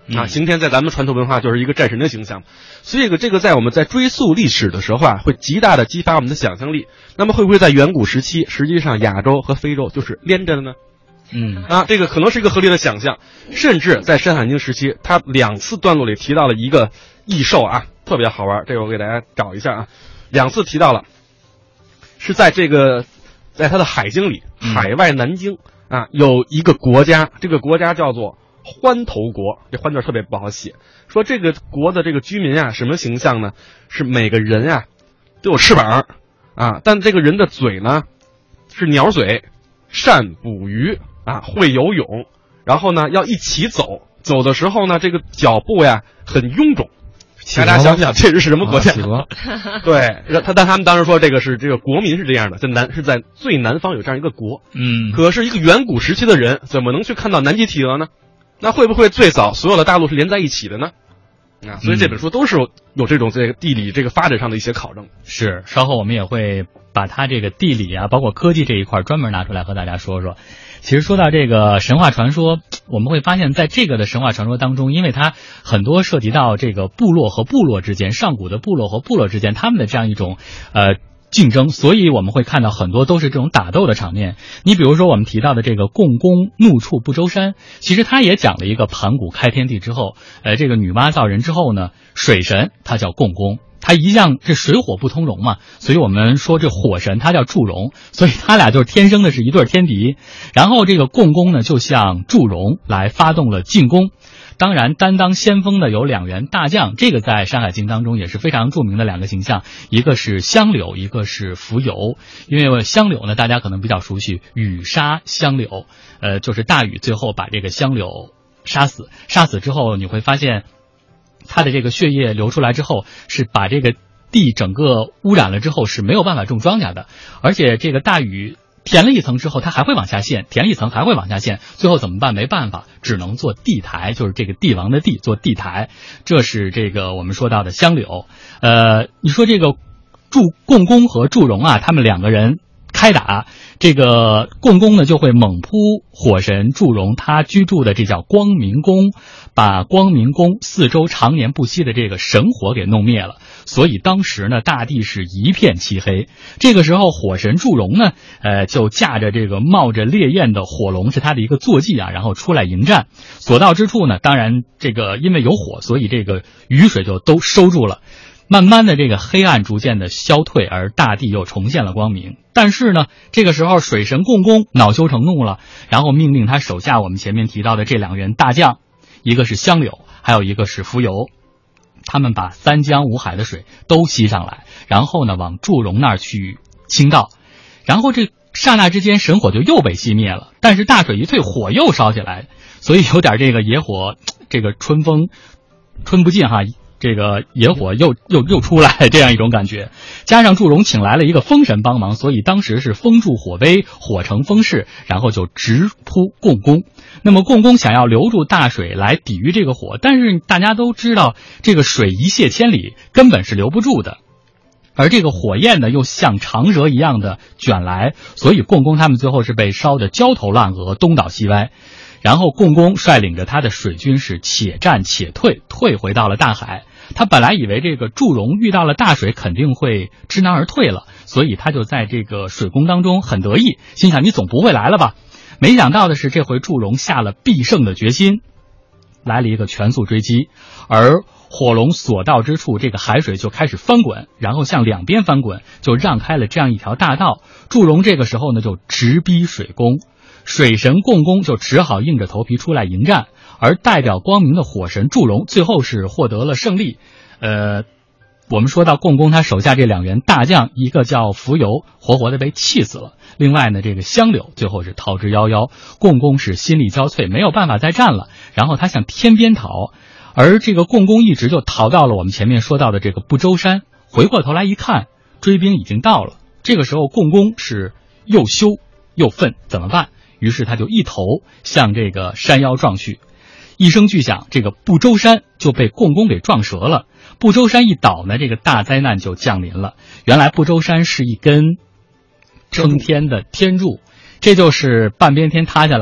刑天在咱们传统文化就是一个战神的形象，所以这个在我们在追溯历史的时候会极大的激发我们的想象力。那么会不会在远古时期，实际上亚洲和非洲就是连着的呢？这个可能是一个合理的想象。甚至在《山海经》时期，它2次段落里提到了一个异兽特别好玩，这个我给大家找一下2次提到了，是在它的海经里，海外南经有一个国家，这个国家叫做欢头国，这欢字特别不好写。说这个国的这个居民什么形象呢？是每个人都有翅膀但这个人的嘴呢是鸟嘴，善捕鱼会游泳，然后呢要一起走，走的时候呢这个脚步很臃肿。大家想想这是什么国家？对，但他们当时说这个国民是这样的，是在最南方有这样一个国。可是一个远古时期的人怎么能去看到南极企鹅呢？那会不会最早所有的大陆是连在一起的呢？所以这本书都是有这种地理发展上的一些考证。 是，稍后我们也会把它这个地理包括科技这一块专门拿出来和大家说说。其实说到这个神话传说，我们会发现在这个的神话传说当中，因为它很多涉及到这个部落和部落之间，上古的部落和部落之间他们的这样一种竞争，所以我们会看到很多都是这种打斗的场面。你比如说我们提到的这个共工怒触不周山，其实他也讲了一个盘古开天地之后，这个女娲造人之后呢，水神他叫共工，他一向这水火不通融嘛，所以我们说这火神他叫祝融，所以他俩就是天生的是一对天敌。然后这个共工呢就向祝融来发动了进攻。当然担当先锋的有2员大将，这个在《山海经》当中也是非常著名的2个形象，一个是香柳，一个是蜉蝣。因为香柳呢大家可能比较熟悉，禹杀香柳，就是大禹最后把这个香柳杀死之后，你会发现他的这个血液流出来之后，是把这个地整个污染了之后是没有办法种庄稼的。而且这个大禹填了一层之后，它还会往下陷，填了一层还会往下陷，最后怎么办？没办法，只能做地台，就是这个帝王的帝，做地台。这是这个我们说到的香柳。你说这个共工和祝融他们2个人开打，这个共工呢就会猛扑火神祝融他居住的这叫光明宫，把光明宫4周常年不息的这个神火给弄灭了。所以当时呢大地是一片漆黑。这个时候火神祝融呢就驾着这个冒着烈焰的火龙，是他的一个坐骑然后出来迎战。所到之处呢，当然这个因为有火，所以这个雨水就都收住了。慢慢的这个黑暗逐渐的消退，而大地又重现了光明。但是呢这个时候水神共工恼羞成怒了，然后命令他手下我们前面提到的这2员大将，一个是香柳，还有一个是蜉蝣，他们把3江5海的水都吸上来，然后呢往祝融那儿去倾倒。然后这刹那之间神火就又被熄灭了，但是大水一退，火又烧起来，所以有点这个野火，这个春不尽这个野火又出来这样一种感觉。加上祝融请来了一个风神帮忙，所以当时是风助火威，火成风势，然后就直扑共工。那么共工想要留住大水来抵御这个火，但是大家都知道这个水一泻千里，根本是留不住的。而这个火焰呢又像长蛇一样的卷来，所以共工他们最后是被烧得焦头烂额，东倒西歪。然后共工率领着他的水军是且战且退，退回到了大海。他本来以为这个祝融遇到了大水肯定会知难而退了，所以他就在这个水宫当中很得意，心想你总不会来了吧。没想到的是这回祝融下了必胜的决心，来了一个全速追击。而火龙所到之处，这个海水就开始翻滚，然后向2边翻滚，就让开了这样一条大道。祝融这个时候呢就直逼水宫，水神共工就只好硬着头皮出来迎战，而代表光明的火神祝融最后是获得了胜利。我们说到共工他手下这2员大将，一个叫蜉蝣，活活的被气死了。另外呢这个香柳最后是逃之夭夭。共工是心力交瘁，没有办法再战了，然后他向天边逃。而这个共工一直就逃到了我们前面说到的这个不周山，回过头来一看，追兵已经到了。这个时候共工是又羞又愤，怎么办？于是他就一头向这个山腰撞去。一声巨响，这个不周山就被共工给撞折了。不周山一倒呢，这个大灾难就降临了。原来不周山是一根撑天的天柱，这就是半边天塌下来，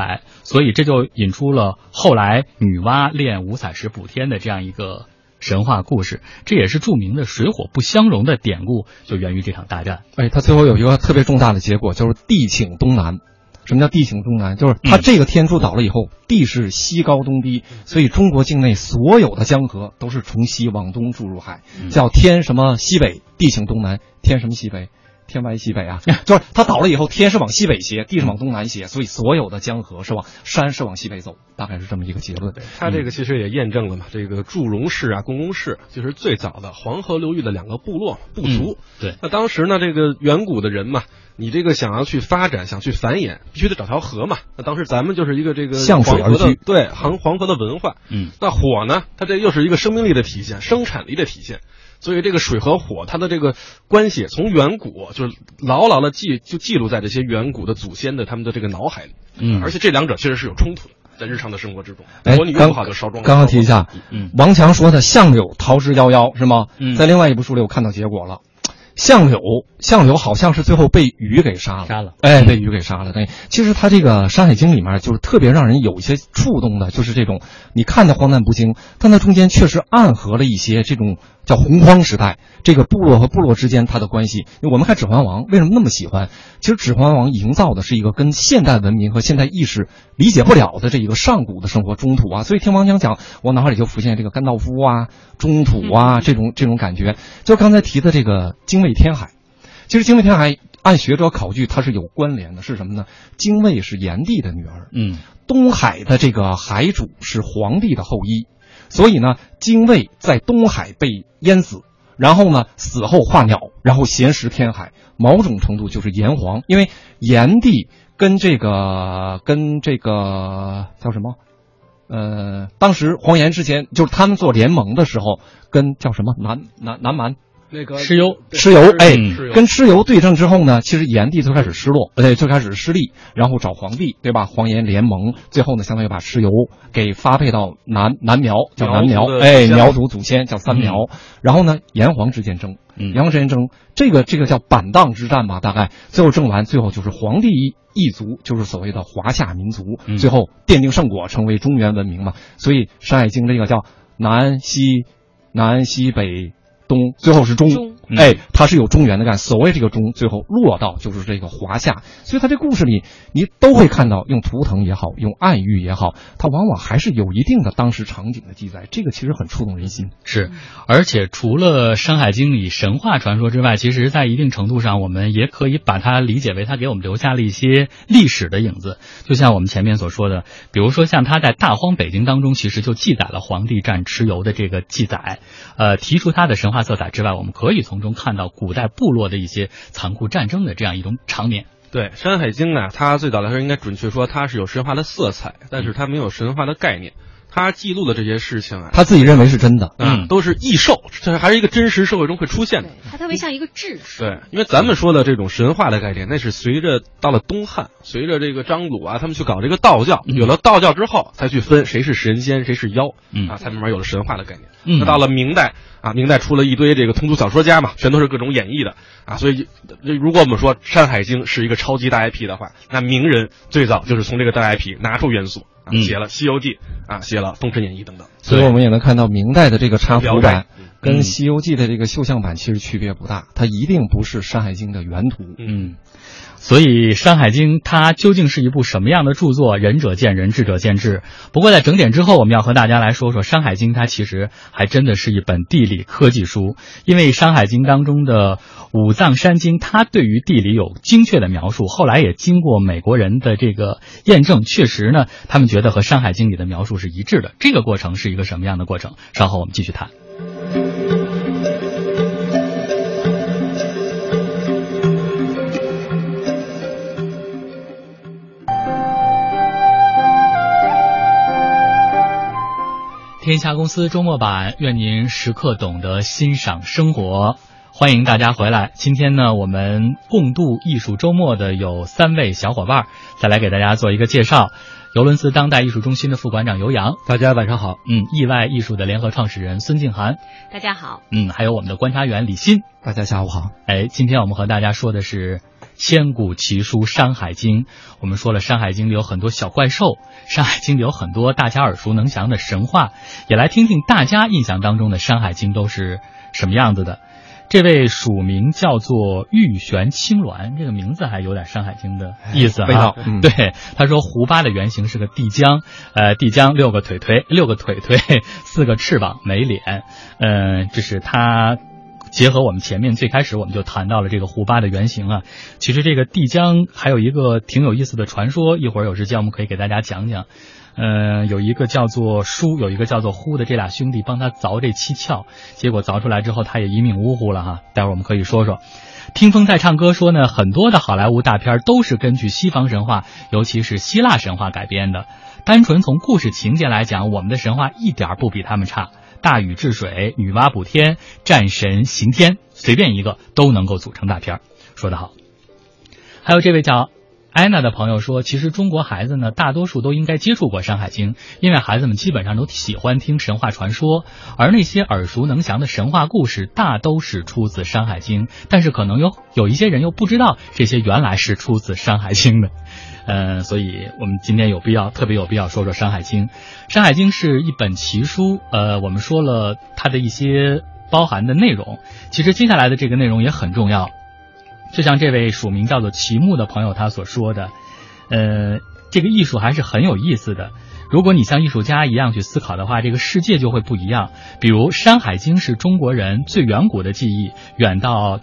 所以这就引出了后来女娲炼五彩石补天的这样一个神话故事，这也是著名的水火不相容的典故，就源于这场大战。 它最后有一个特别重大的结果，就是地倾东南。什么叫地倾东南？就是它这个天柱倒了以后，地是西高东低，所以中国境内所有的江河都是从西往东注入海，叫天什么西北，地倾东南，天什么西北，天歪西北啊，就是它倒了以后，天是往西北斜，地是往东南斜，所以所有的江河是山是往西北走，大概是这么一个结论。 它这个其实也验证了嘛，这个祝融氏啊、共工氏就是最早的黄河流域的两个部落部族。 对， 那当时呢，这个远古的人嘛，你这个想要去发展、想去繁衍，必须得找条河嘛。那当时咱们就是一个这个向水而居， 对，黄河的文化。那火呢，它这又是一个生命力的体现，生产力的体现。所以这个水和火，它的这个关系从远古就是牢牢的记录在这些远古的祖先的他们的这个脑海里。而且这两者其实是有冲突的，在日常的生活之中。火你用不好就烧庄。 刚刚提一下，王强说的相柳桃之夭夭是吗？在另外一部书里我看到结果了。相柳好像是最后被鱼给杀了，被鱼给杀了。对，其实他这个《山海经》里面就是特别让人有一些触动的，就是这种你看的荒诞不经，但它中间确实暗合了一些这种叫洪荒时代这个部落和部落之间它的关系。我们看《指环王》为什么那么喜欢？其实《指环王》营造的是一个跟现代文明和现代意识理解不了的这一个上古的生活中土啊，所以听王强讲，我脑海里就浮现这个甘道夫啊、中土啊这种感觉。就刚才提的这个精卫天海，其实精卫天海按学者考据它是有关联的，是什么呢？精卫是炎帝的女儿，东海的这个海主是黄帝的后裔，所以呢，精卫在东海被淹死，然后呢死后化鸟，然后衔食天海，某种程度就是炎黄，因为炎帝跟这个叫什么？当时黄炎之间就是他们做联盟的时候，跟叫什么南蛮。 那个蚩尤， 跟蚩尤对阵之后呢，其实炎帝最开始失落，最开始失利，然后找黄帝，对吧？黄炎联盟，最后呢，相当于把蚩尤给发配到南苗，叫南苗，苗族祖先叫三苗，然后呢，炎黄之间争，这个叫板荡之战吧，大概最后争完，最后就是黄帝一族，就是所谓的华夏民族，最后奠定圣果，成为中原文明嘛。所以《山海经》这个叫南西北东，最后是中，它是有中原的概，所谓这个中，最后落到就是这个华夏，所以它这故事里你都会看到，用图腾也好，用暗喻也好，它往往还是有一定的当时场景的记载，这个其实很触动人心。 是，而且除了《山海经》里神话传说之外，其实在一定程度上，我们也可以把它理解为它给我们留下了一些历史的影子。就像我们前面所说的，比如说像它在《大荒北经》当中，其实就记载了黄帝战蚩尤的这个记载。提出它的神话色彩之外，我们可以从中看到古代部落的一些残酷战争的这样一种场面。 对，《山海经》呢，它最早来说应该准确说它是有神话的色彩，但是它没有神话的概念。他记录的这些事情啊， 他自己认为是真的， 都是异兽，这还是一个真实社会中会出现的。 它特别像一个智术。 对，因为咱们说的这种神话的概念，那是随着到了东汉，随着这个张鲁啊，他们去搞这个道教，有了道教之后，才去分谁是神仙，谁是妖，才慢慢有了神话的概念。那到了明代啊，明代出了一堆这个通俗小说家嘛，全都是各种演绎的啊，所以如果我们说《山海经》是一个超级大 IP 的话，那名人最早就是从这个大 IP 拿出元素。写了《西游记》啊，写了《封神演义》等等， 所以我们也能看到明代的这个插图版跟《西游记》的这个绣像版其实区别不大，它一定不是《山海经》的原图。 所以《山海经》它究竟是一部什么样的著作？仁者见仁，智者见智。不过在整点之后，我们要和大家来说说《山海经》，它其实还真的是一本地理科技书。因为《山海经》当中的五藏山经，它对于地理有精确的描述，后来也经过美国人的这个验证，确实呢，他们觉得和《山海经》里的描述是一致的。这个过程是一个什么样的过程？稍后我们继续谈。天下公司周末版，愿您时刻懂得欣赏生活。欢迎大家回来。今天呢，我们共度艺术周末的有3位小伙伴，再来给大家做一个介绍。尤伦斯当代艺术中心的副馆长尤洋， 大家晚上好。 意外艺术的联合创始人孙静涵， 大家好。 还有我们的观察员李欣， 大家下午好。 今天我们和大家说的是千古奇书《山海经》。我们说了，《山海经》里有很多小怪兽，《山海经》里有很多大家耳熟能详的神话，也来听听大家印象当中的《山海经》都是什么样子的。这位署名叫做玉玄青鸾，这个名字还有点《山海经》的意思哈。对，他说胡巴的原型是个帝江，帝江6个腿腿，4个翅膀没脸，这是他。结合我们前面最开始我们就谈到了这个胡巴的原型啊，其实这个帝江还有一个挺有意思的传说，一会儿有时间我们可以给大家讲讲。有一个叫做舒，有一个叫做呼的这俩兄弟帮他凿这七窍，结果凿出来之后他也一命呜呼了哈。待会儿我们可以说说。听风在唱歌说呢，很多的好莱坞大片都是根据西方神话，尤其是希腊神话改编的。单纯从故事情节来讲，我们的神话一点不比他们差。大禹治水，女娲补天，战神刑天，随便一个都能够组成大片。说得好。还有这位叫安娜的朋友说，其实中国孩子呢，大多数都应该接触过《山海经》，因为孩子们基本上都喜欢听神话传说，而那些耳熟能详的神话故事大都是出自《山海经》，但是可能有一些人又不知道这些原来是出自《山海经》的。所以我们今天特别有必要说说《山海经》。《山海经》是一本奇书，我们说了它的一些包含的内容，其实接下来的这个内容也很重要。就像这位署名叫做齐木的朋友他所说的，这个艺术还是很有意思的。如果你像艺术家一样去思考的话，这个世界就会不一样。比如《山海经》是中国人最远古的记忆，远到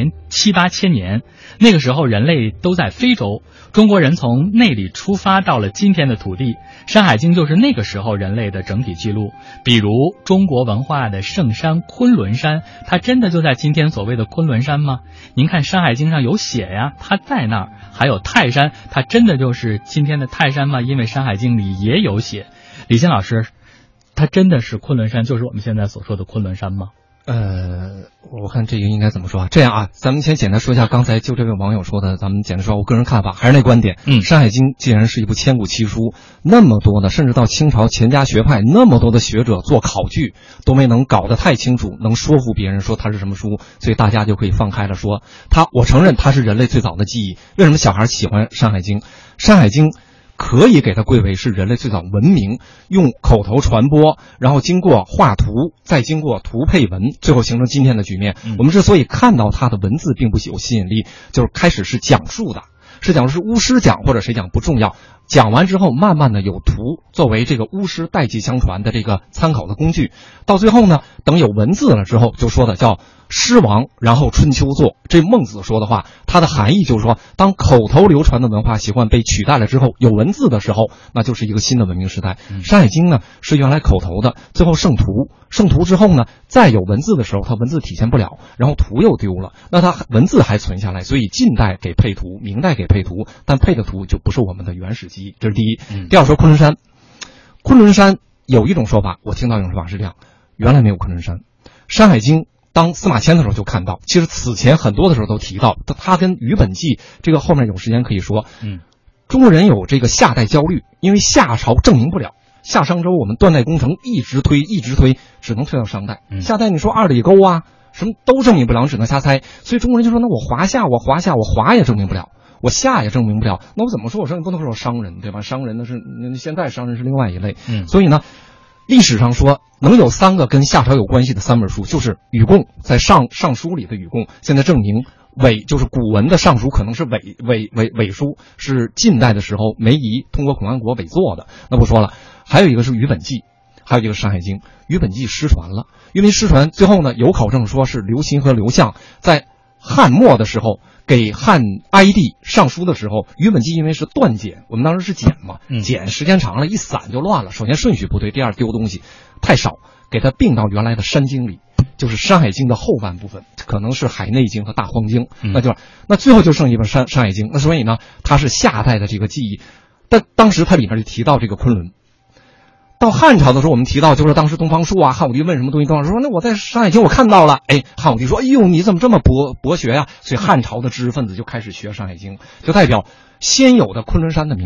7、8千年，那个时候人类都在非洲，中国人从那里出发到了今天的土地，《山海经》就是那个时候人类的整体记录。比如中国文化的圣山昆仑山，它真的就在今天所谓的昆仑山吗？您看《山海经》上有写呀，它在那儿。还有泰山，它真的就是今天的泰山吗？因为《山海经》里也有写。李欣老师，它真的是昆仑山，就是我们现在所说的昆仑山吗？ 我看这个应该怎么说啊？这样啊，咱们先简单说一下刚才就这位网友说的，咱们简单说我个人看法，还是那观点。山海经既然是一部千古奇书，那么多的，甚至到清朝钱家学派那么多的学者做考据都没能搞得太清楚，能说服别人说它是什么书，所以大家就可以放开了说我承认它是人类最早的记忆。为什么小孩喜欢山海经？山海经可以给它归为是人类最早文明用口头传播，然后经过画图，再经过图配文，最后形成今天的局面。我们之所以看到它的文字并不有吸引力，就是开始是讲述的，是讲是巫师讲或者谁讲不重要，讲完之后慢慢的有图作为这个巫师代际相传的这个参考的工具，到最后呢，等有文字了之后就说的叫诗王，然后春秋作。这孟子说的话，它的含义就是说，当口头流传的文化习惯被取代了之后，有文字的时候，那就是一个新的文明时代。山海经呢是原来口头的，最后圣图之后呢，再有文字的时候，它文字体现不了，然后图又丢了，那它文字还存下来，所以近代给配图，明代给配图，但配的图就不是我们的原始记忆，这是第一。第二说昆仑山有一种说法，我听到一种说法是这样，原来没有昆仑山。山海经当司马迁的时候就看到，其实此前很多的时候都提到，他跟虞本纪这个后面有时间可以说。中国人有这个夏代焦虑，因为夏朝证明不了，夏商周我们断代工程一直推，只能推到商代。夏代你说二里沟啊，什么都证明不了，只能瞎猜。所以中国人就说，那我华夏，我华也证明不了，我夏也证明不了，那我怎么说？我说你不能说商人，对吧？商人呢是现在商人是另外一类。所以呢，历史上说能有3个跟夏朝有关系的3本书，就是禹贡，在尚书里的禹贡，现在证明伪就是古文的尚书可能是伪书，是近代的时候梅夷通过孔安国伪作的，那不说了。还有一个是虞本纪，还有一个山海经。虞本纪失传了，因为失传最后呢，有考证说是刘歆和刘向在汉末的时候给汉哀帝上书的时候，虞本纪因为是断简，我们当时是简嘛，简时间长了一散就乱了，首先顺序不对，第二丢东西太少，给它并到原来的山经里，就是山海经的后半部分，可能是海内经和大荒经，那最后就剩一本山海经。那所以呢，它是夏代的这个记忆，但当时它里面就提到这个昆仑。到汉朝的时候，我们提到就是当时东方朔啊，汉武帝问什么东西，东方朔说那我在山海经我看到了，汉武帝说哎呦你怎么这么博学呀？所以汉朝的知识分子就开始学山海经，就代表先有的昆仑山的名，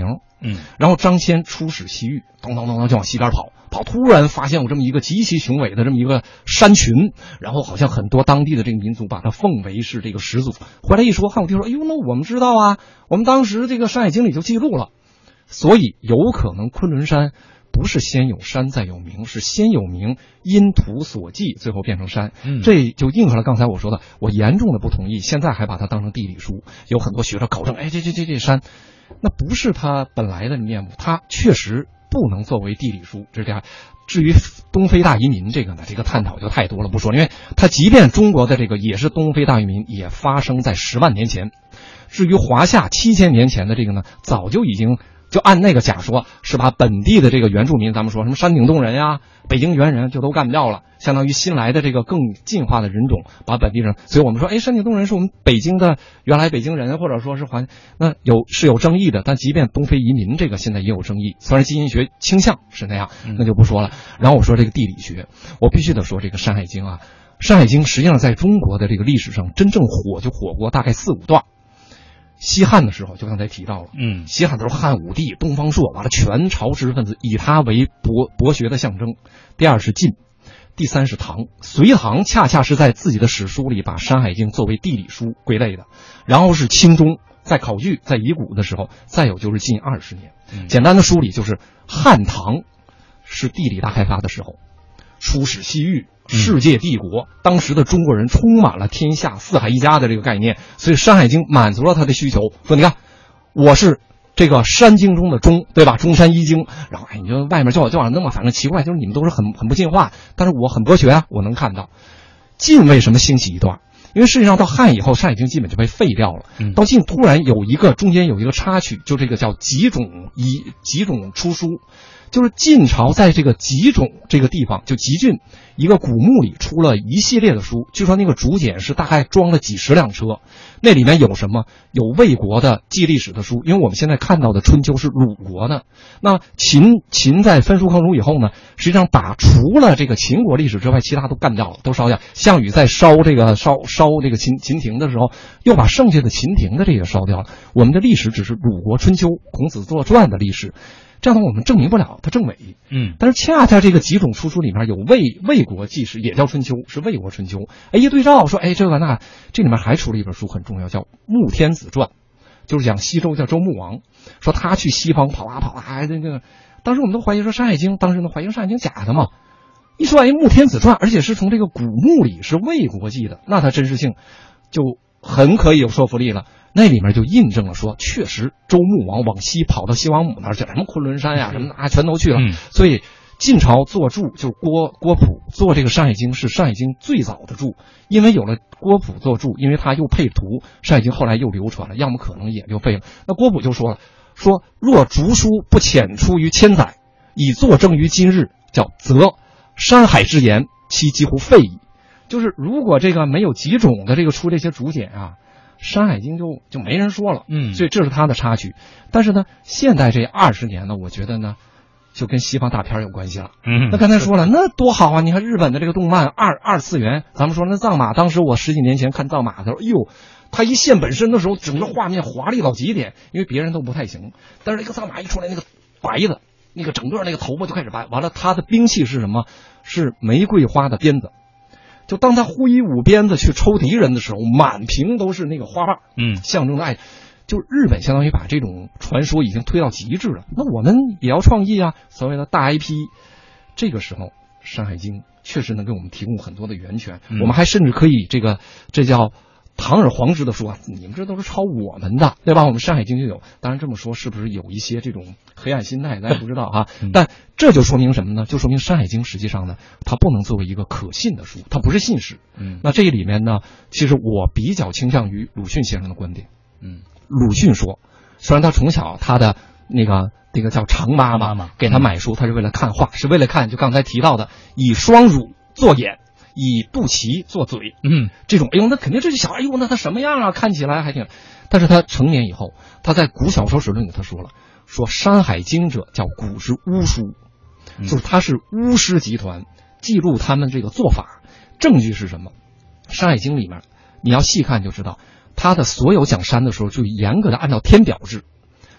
然后张骞出使西域，咚咚咚咚就往西边跑，突然发现有这么一个极其雄伟的这么一个山群，然后好像很多当地的这个民族把它奉为是这个始祖。回来一说，汉武帝说：“哎呦，那我们知道啊，我们当时这个《山海经》里就记录了，所以有可能昆仑山不是先有山再有名，是先有名，因图所记，最后变成山。这就应和了刚才我说的，我严重的不同意，现在还把它当成地理书，有很多学者考证，哎，这山，那不是它本来的面目，它确实不能作为地理书，这是这样。至于东非大移民这个呢，这个探讨就太多了，不说，因为它即便中国的这个也是东非大移民，也发生在10万年前。至于华夏7000年前的这个呢，早就已经就按那个假说，是把本地的这个原住民，咱们说什么山顶洞人呀、北京猿人就都干掉了，相当于新来的这个更进化的人种把本地人，所以我们说，哎，山顶洞人是我们北京的原来北京人，或者说是那是有争议的，但即便东非移民这个现在也有争议，虽然基因学倾向是那样，那就不说了。然后我说这个地理学，我必须得说这个《山海经》啊，《山海经》实际上在中国的这个历史上真正火过大概4-5段。西汉的时候，就刚才提到了，西汉的时候，汉武帝、东方朔，完了全朝知识分子以他为博学的象征。第二是晋，第三是唐，隋唐恰恰是在自己的史书里把《山海经》作为地理书归类的。然后是清中，在考据、在遗古的时候，再有就是近20年。简单的梳理就是汉唐是地理大开发的时候，出使西域。世界帝国，当时的中国人充满了天下四海一家的这个概念，所以《山海经》满足了他的需求。说你看，我是这个山经中的中，对吧？中山一经。然后你就外面叫我那么反正奇怪，就是你们都是很不进化，但是我很博学啊，我能看到。晋为什么兴起一段？因为实际上到汉以后，《山海经》基本就被废掉了。到晋突然中间有一个插曲，就这个叫集种出书。就是晋朝在这个集种这个地方，就集郡一个古墓里出了一系列的书，据说那个竹简是大概装了几十辆车，那里面有什么？有魏国的记历史的书，因为我们现在看到的春秋是鲁国的，那秦在焚书坑儒以后呢，实际上把除了这个秦国历史之外，其他都干掉了，都烧掉。项羽在烧这个秦庭的时候，又把剩下的秦庭的这个烧掉了。我们的历史只是鲁国春秋、孔子作传的历史。这样的话我们证明不了它正伪，但是恰恰这个几种出书里面有魏国纪事，也叫春秋，是魏国春秋。哎，一对照说，哎，这里面还出了一本书很重要，叫《穆天子传》，就是讲西周叫周穆王，说他去西方跑啊，这个当时我们都怀疑说《山海经》，当时呢怀疑《山海经》假的嘛。一说《穆天子传》，而且是从这个古墓里是魏国记的，那它真实性就很可以有说服力了。那里面就印证了说，确实周穆王往西跑到西王母那儿去，什么昆仑山呀什么的全都去了。所以晋朝做注就是郭璞做这个《山海经》是《山海经》最早的注，因为有了郭璞做注，因为他又配图，《山海经》后来又流传了，要么可能也就废了。那郭璞就说了，说若竹书不遣出于千载，以作证于今日，则山海之言其几乎废矣。就是如果这个没有几种的这个出这些竹简啊，《山海经》就没人说了，所以这是他的插曲。但是呢，现在这20年呢，我觉得呢，就跟西方大片有关系了。那刚才说了，那多好啊！你看日本的这个动漫二次元，咱们说那藏马，当时我10几年前看藏马的时候，哎呦，他一现本身的时候，整个画面华丽到极点，因为别人都不太行。但是那个藏马一出来，那个白的，那个整个那个头发就开始白，完了他的兵器是什么？是玫瑰花的鞭子。就当他挥舞鞭子去抽敌人的时候，满屏都是那个花瓣，象征的爱。就日本相当于把这种传说已经推到极致了，那我们也要创意啊，所谓的大 IP。这个时候，《山海经》确实能给我们提供很多的源泉，我们还甚至可以这叫堂而皇之的说，你们这都是抄我们的，对吧？我们《山海经》就有。当然这么说是不是有一些这种黑暗心态，咱也不知道哈。但这就说明什么呢？就说明《山海经》实际上呢，它不能作为一个可信的书，它不是信史。那这里面呢，其实我比较倾向于鲁迅先生的观点。鲁迅说，虽然他从小他的那个叫常妈妈给他买书，他是为了看画，是为了看就刚才提到的以双乳做眼，以肚脐做嘴，这种，哎呦，那肯定这小孩，哎呦，那他什么样啊？看起来还挺，但是他成年以后，他在《古小说史论》里他说了，说《山海经》者叫古之巫书，就是他是巫师集团记录他们这个做法，证据是什么？《山海经》里面你要细看就知道，他的所有讲山的时候就严格的按照天表制，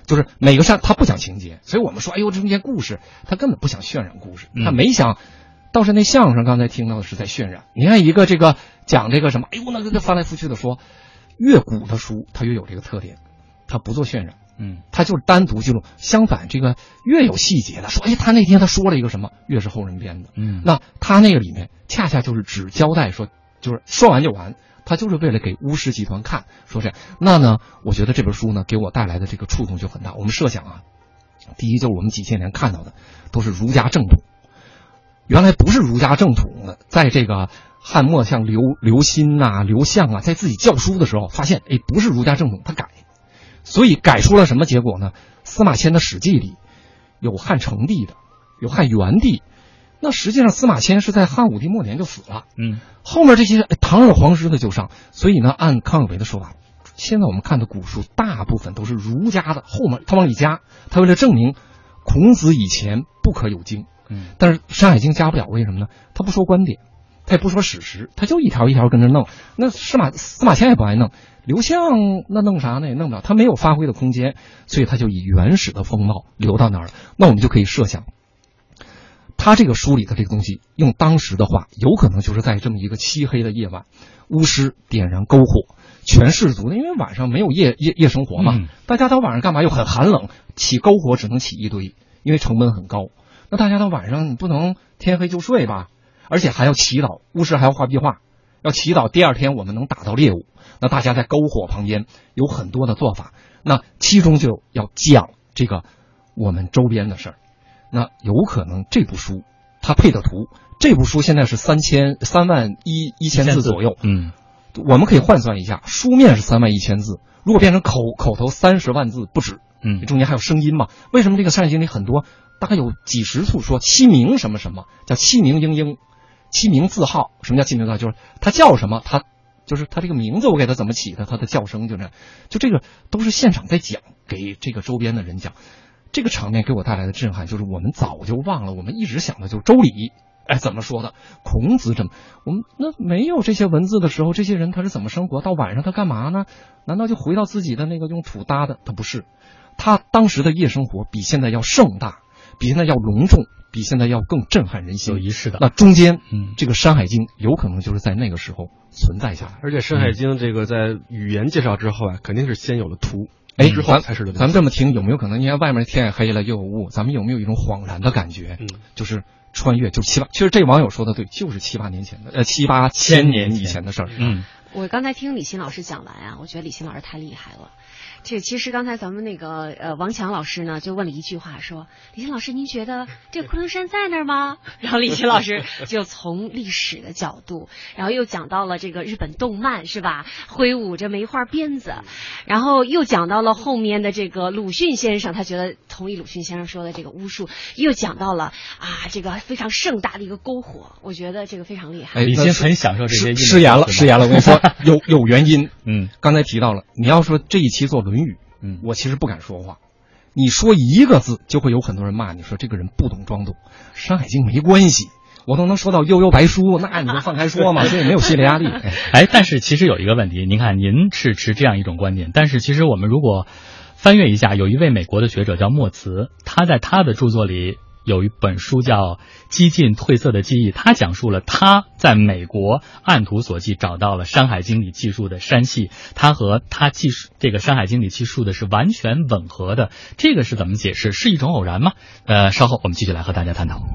就是每个山他不讲情节，所以我们说，哎呦，中间故事他根本不想渲染故事，他没想。倒是那相声刚才听到的是在渲染。你看一个这个讲这个什么，哎呦，那个翻来覆去的说，越古的书它越有这个特点，它不做渲染，它就是单独记录。相反，这个越有细节的说，哎，他那天他说了一个什么，越是后人编的。那他那个里面恰恰就是只交代说，就是说完就完，他就是为了给巫师集团看，说这样。那呢，我觉得这本书呢给我带来的这个触动就很大。我们设想啊，第一就是我们几千年看到的都是儒家正统。原来不是儒家正统的，在这个汉末像刘歆啊、刘向啊，在自己教书的时候发现，哎，不是儒家正统，他改，所以改出了什么结果呢？司马迁的《史记》里有汉成帝的，有汉元帝，那实际上司马迁是在汉武帝末年就死了，后面这些堂而皇之的就上，所以呢，按康有为的说法，现在我们看的古书大部分都是儒家的，后面他往里加，他为了证明孔子以前不可有经。但是《山海经》加不了，为什么呢？他不说观点，他也不说史实，他就一条一条跟着弄。那司马迁也不爱弄，刘向那弄啥呢？也弄不了，他没有发挥的空间，所以他就以原始的风貌留到那儿了。那我们就可以设想，他这个书里的这个东西，用当时的话，有可能就是在这么一个漆黑的夜晚，巫师点燃篝火，全氏族的，因为晚上没有夜生活嘛，大家到晚上干嘛？又很寒冷，起篝火只能起一堆，因为成本很高。那大家到晚上你不能天黑就睡吧，而且还要祈祷，巫师还要画壁画，要祈祷第二天我们能打到猎物。那大家在篝火旁边有很多的做法，那其中就要讲这个我们周边的事儿。那有可能这部书它配的图，这部书现在是31000字左右，我们可以换算一下，书面是31000字，如果变成口头30万字不止，中间还有声音嘛？为什么这个《山海经》里很多？大概有几十处说七名什么什么，叫七名莺莺，七名字号。什么叫七名字号？就是他叫什么，他就是他这个名字我给他怎么起的，他的叫声就这样。就这个都是现场在讲，给这个周边的人讲。这个场面给我带来的震撼，就是我们早就忘了，我们一直想的就是周礼，哎，怎么说的？孔子怎么？我们那没有这些文字的时候，这些人他是怎么生活？到晚上他干嘛呢？难道就回到自己的那个用土搭的？他不是，他当时的夜生活比现在要盛大。比现在要隆重，比现在要更震撼人心， 有仪式的。 那中间，这个《山海经》有可能就是在那个时候存在下来。 而且《山海经》这个在语言介绍之后啊，肯定是先有了图，之后才是的。 咱们这么听有没有可能？你看外面天也黑了又有雾，咱们有没有一种恍然的感觉？就是穿越，就其实这网友说的对，就是7、8年前的，7、8千年以前的事儿。 我刚才听李欣老师讲完啊，我觉得李欣老师太厉害了。这其实刚才咱们那个王强老师呢就问了一句话，说李欣老师您觉得这个昆仑山在那儿吗？然后李欣老师就从历史的角度，然后又讲到了这个日本动漫是吧，挥舞着梅花鞭子，然后又讲到了后面的这个鲁迅先生，他觉得同意鲁迅先生说的这个巫术，又讲到了这个非常盛大的一个篝火，我觉得这个非常厉害。 李欣很享受这些失言了，我跟你说有原因。刚才提到了，你要说这一期做论语，我其实不敢说话。你说一个字，就会有很多人骂你说这个人不懂装懂。《山海经》没关系，我都能说到悠悠白书，那你就放开说嘛，所以没有心理压力。 但是其实有一个问题，您看您是持这样一种观点，但是其实我们如果翻阅一下，有一位美国的学者叫莫茨，他在他的著作里有一本书叫《几近褪色的记忆》，他讲述了他在美国按图索骥找到了《山海经》里记述的山系，他和他记述这个《山海经》里记述的是完全吻合的，这个是怎么解释？是一种偶然吗？稍后我们继续来和大家探讨。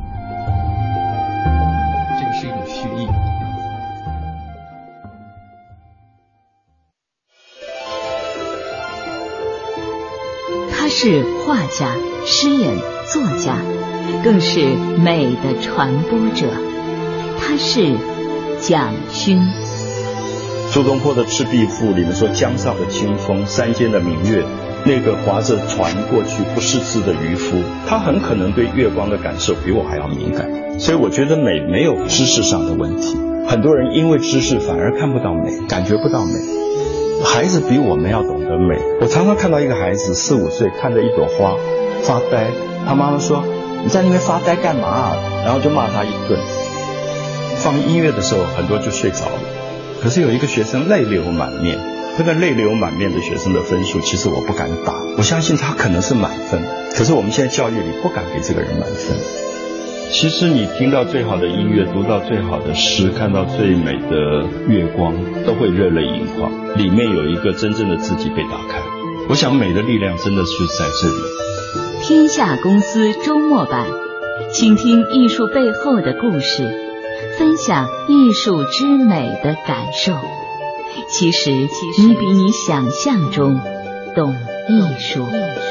这个是一种蓄意。 他是画家、诗人、作家，更是美的传播者。他是蒋勋。 苏东坡的《赤壁赋》里面说，江上的清风，山间的明月，那个划着船过去不识字的渔夫，他很可能对月光的感受比我还要敏感。所以我觉得美没有知识上的问题，很多人因为知识反而看不到美，感觉不到美。孩子比我们要懂得美。我常常看到一个孩子4、5岁看着一朵花发呆，他妈妈说你在那边发呆干嘛？然后就骂他一顿。放音乐的时候很多就睡着了，可是有一个学生泪流满面， 这个泪流满面的学生的分数，其实我不敢打，我相信他可能是满分，可是我们现在教育里不敢给这个人满分。其实你听到最好的音乐，读到最好的诗，看到最美的月光，都会热泪盈眶，里面有一个真正的自己被打开。我想美的力量真的是在这里。 天下公司周末版，倾听艺术背后的故事，分享艺术之美的感受。其实你比你想象中懂艺术。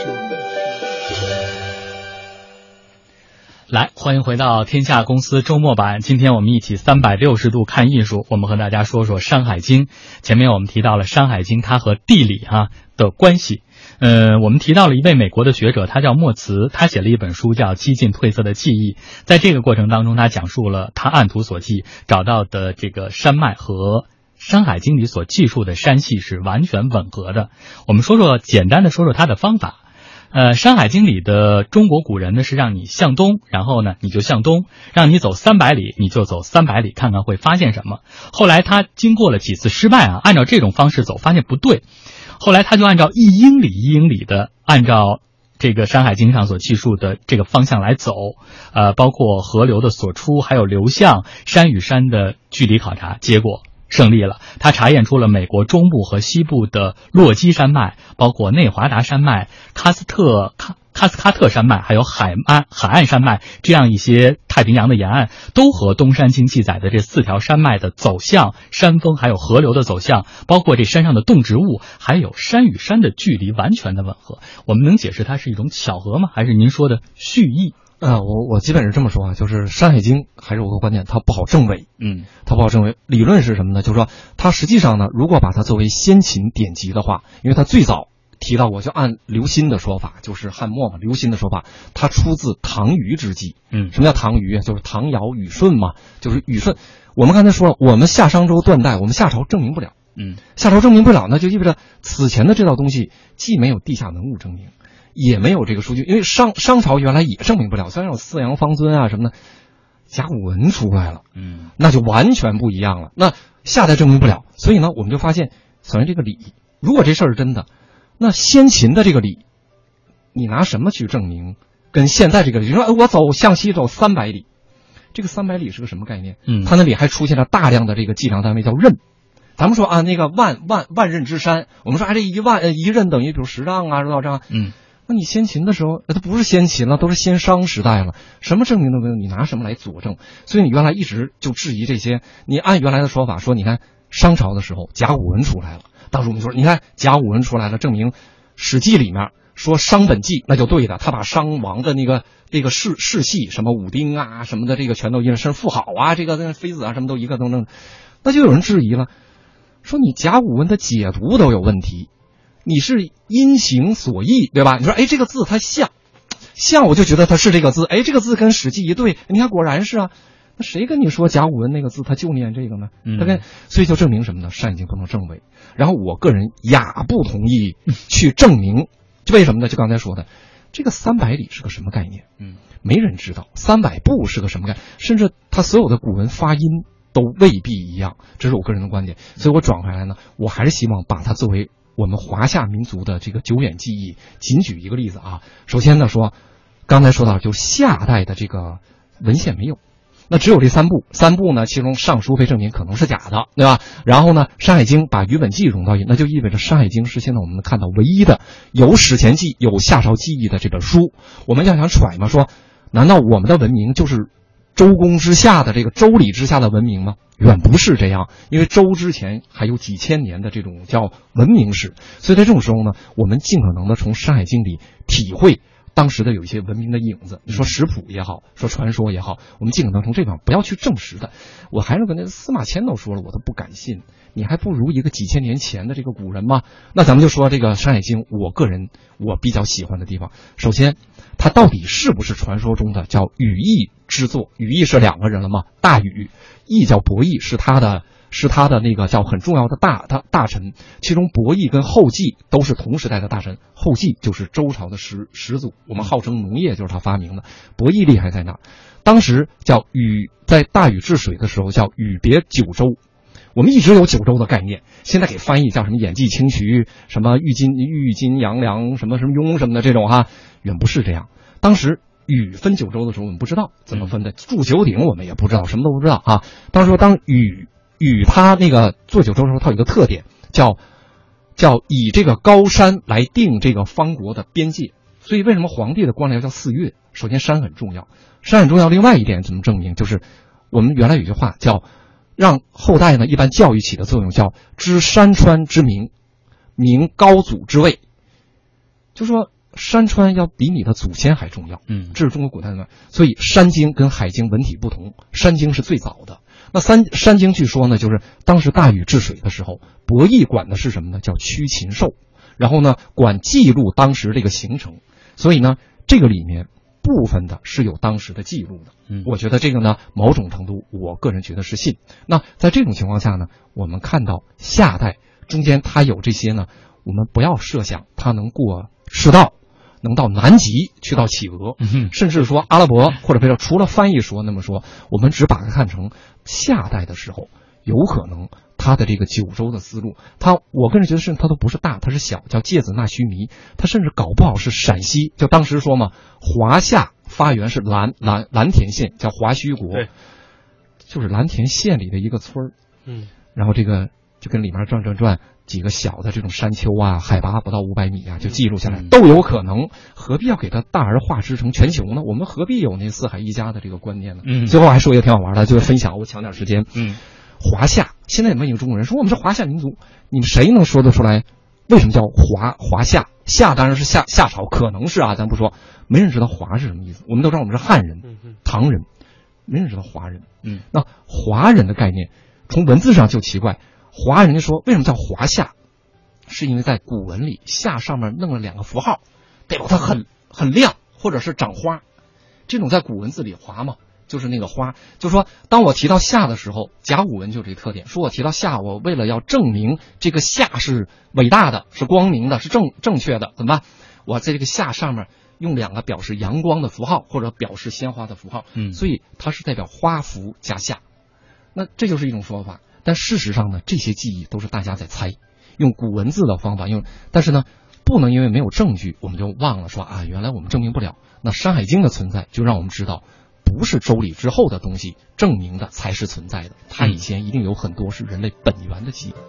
来，欢迎回到天下公司周末版。今天我们一起360度看艺术，我们和大家说说《山海经》。前面我们提到了《山海经》它和地理的关系。我们提到了一位美国的学者，他叫莫茨，他写了一本书叫《几近褪色的记忆》。在这个过程当中，他讲述了他按图索骥找到的这个山脉和《山海经》里所记述的山系是完全吻合的。我们简单的说说他的方法。《山海经》里的中国古人呢是让你向东，然后呢你就向东，让你走300里，你就走300里，看看会发现什么。后来他经过了几次失败按照这种方式走，发现不对。后来他就按照1英里1英里的，按照这个《山海经》上所记述的这个方向来走，包括河流的所出，还有流向、山与山的距离考察，结果胜利了。他查验出了美国中部和西部的落基山脉，包括内华达山脉、喀斯喀特山脉，还有海岸山脉，这样一些太平洋的沿岸，都和东山经记载的这4条山脉的走向、山峰还有河流的走向，包括这山上的动植物，还有山与山的距离完全的吻合。我们能解释它是一种巧合吗？还是您说的蓄意？ 我基本是这么说就是《山海经》还是我个观点，它不好证伪。它不好证伪。理论是什么呢？就是说，它实际上呢，如果把它作为先秦典籍的话，因为它最早提到过，就按刘歆的说法，就是汉末嘛，刘歆的说法，它出自唐虞之际。什么叫唐虞？就是唐尧禹舜嘛，就是禹舜。我们刚才说了，我们夏商周断代，我们夏朝证明不了。夏朝证明不了，那就意味着此前的这道东西既没有地下文物证明，也没有这个数据，因为商朝原来也证明不了，虽然有四羊方尊什么的，甲骨文出来了，那就完全不一样了。那夏代证明不了，所以呢，我们就发现，首先这个礼，如果这事儿是真的，那先秦的这个礼，你拿什么去证明？跟现在这个礼，你说我向西走300里，这个300里是个什么概念？它那里还出现了大量的这个计量单位叫仞。咱们说那个万仞之山，我们说这一仞等于比如10丈10多丈。那你先秦的时候，它不是先秦了，都是先商时代了，什么证明都没有，你拿什么来佐证？所以你原来一直就质疑这些。你按原来的说法说，你看商朝的时候甲骨文出来了，当时我们说，你看甲骨文出来了，证明《史记》里面说商本纪那就对的，他把商王的那个世系什么武丁什么的这个全都印了，甚至妇好这个妃子什么都一个都能，那就有人质疑了，说你甲骨文的解读都有问题。你是因形所义，对吧？你说，这个字它像，我就觉得它是这个字，这个字跟《史记》一对，你看果然是啊。那谁跟你说甲骨文那个字它就念这个呢？所以就证明什么呢？《山海经》不能证伪。然后我个人也不同意去证明，为什么呢？就刚才说的，这个300里是个什么概念？没人知道。300步是个什么概念？甚至它所有的古文发音都未必一样，这是我个人的观点。所以我转回来呢，我还是希望把它作为我们华夏民族的这个久远记忆。仅举一个例子首先呢说，刚才说到就夏代的这个文献没有，那只有这3部呢，其中《尚书》被证明可能是假的，对吧？然后呢，《山海经》把《虞本纪》融到一，那就意味着《山海经》是现在我们看到唯一的有史前记、有夏朝记忆的这本书。我们要想揣摩说，难道我们的文明就是周公之下的这个周礼之下的文明吗？远不是这样，因为周之前还有几千年的这种叫文明史，所以在这种时候呢，我们尽可能的从《山海经》里体会当时的有一些文明的影子。你说食谱也好，说传说也好，我们尽可能从这方不要去证实的。我还是跟那司马迁都说了，我都不敢信，你还不如一个几千年前的这个古人吗？那咱们就说这个《山海经》，我个人比较喜欢的地方，首先它到底是不是传说中的叫禹羿之作？禹羿是2个人了吗？大禹，羿叫伯益，是他的那个叫很重要的大臣，其中伯益跟后稷都是同时代的大臣，后稷就是周朝的始祖，我们号称农业就是他发明的。伯益厉害在哪？当时叫在大禹治水的时候叫禹别9州， 我们一直有九州的概念，现在给翻译叫什么演技清徐，什么郁金杨梁，什么雍什么的这种哈，远不是这样。当时禹分九州的时候，我们不知道怎么分的，筑九鼎我们也不知道，什么都不知道啊。当时说当禹他那个做九州的时候，它有一个特点，叫以这个高山来定这个方国的边界。所以为什么皇帝的官僚叫四岳？首先山很重要，山很重要。另外一点怎么证明？就是我们原来有句话叫让后代呢一般教育起的作用，叫知山川之名，明高祖之位。就说山川要比你的祖先还重要，这是中国古代的。所以山经跟海经文体不同，山经是最早的。那山经据说呢，就是当时大禹治水的时候，伯益管的是什么呢？叫驱禽兽，然后呢管记录当时这个行程。所以呢，这个里面部分的是有当时的记录的。我觉得这个呢，某种程度，我个人觉得是信。那在这种情况下呢，我们看到夏代中间它有这些呢，我们不要设想它能过赤道，能到南极去到企鹅，甚至说阿拉伯或者除了翻译说那么说，我们只把它看成夏代的时候，有可能他的这个九州的思路，我个人觉得它都不是大，它是小，叫芥子纳须弥，它甚至搞不好是陕西，就当时说嘛，华夏发源是蓝田县，叫华胥国，就是蓝田县里的一个村儿，然后这个就跟里面转几个小的这种山丘啊，海拔不到500米啊，就记录下来，都有可能，何必要给它大而化之成全球呢？我们何必有那四海一家的这个观念呢？最后还说一个挺好玩的，就是分享，我抢点时间。华夏，现在有没有中国人说我们是华夏民族？你们谁能说得出来？为什么叫华夏？夏当然是夏朝，可能是啊，咱不说，没人知道华是什么意思。我们都知道我们是汉人、唐人，没人知道华人。那华人的概念，从文字上就奇怪。华人家说为什么叫华夏？是因为在古文里，夏上面弄了2个符号，代表它很亮，或者是长花。这种在古文字里华嘛。就是那个花，就是说，当我提到夏的时候，甲骨文就这特点。说我提到夏，我为了要证明这个夏是伟大的，是光明的，是正确的，怎么办？我在这个夏上面用2个表示阳光的符号，或者表示鲜花的符号。所以它是代表花符加夏。那这就是一种说法。但事实上呢，这些记忆都是大家在猜，用古文字的方法但是呢，不能因为没有证据，我们就忘了说啊，原来我们证明不了。那《山海经》的存在，就让我们知道。不是周礼之后的东西证明的才是存在的，它以前一定有很多是人类本源的记忆。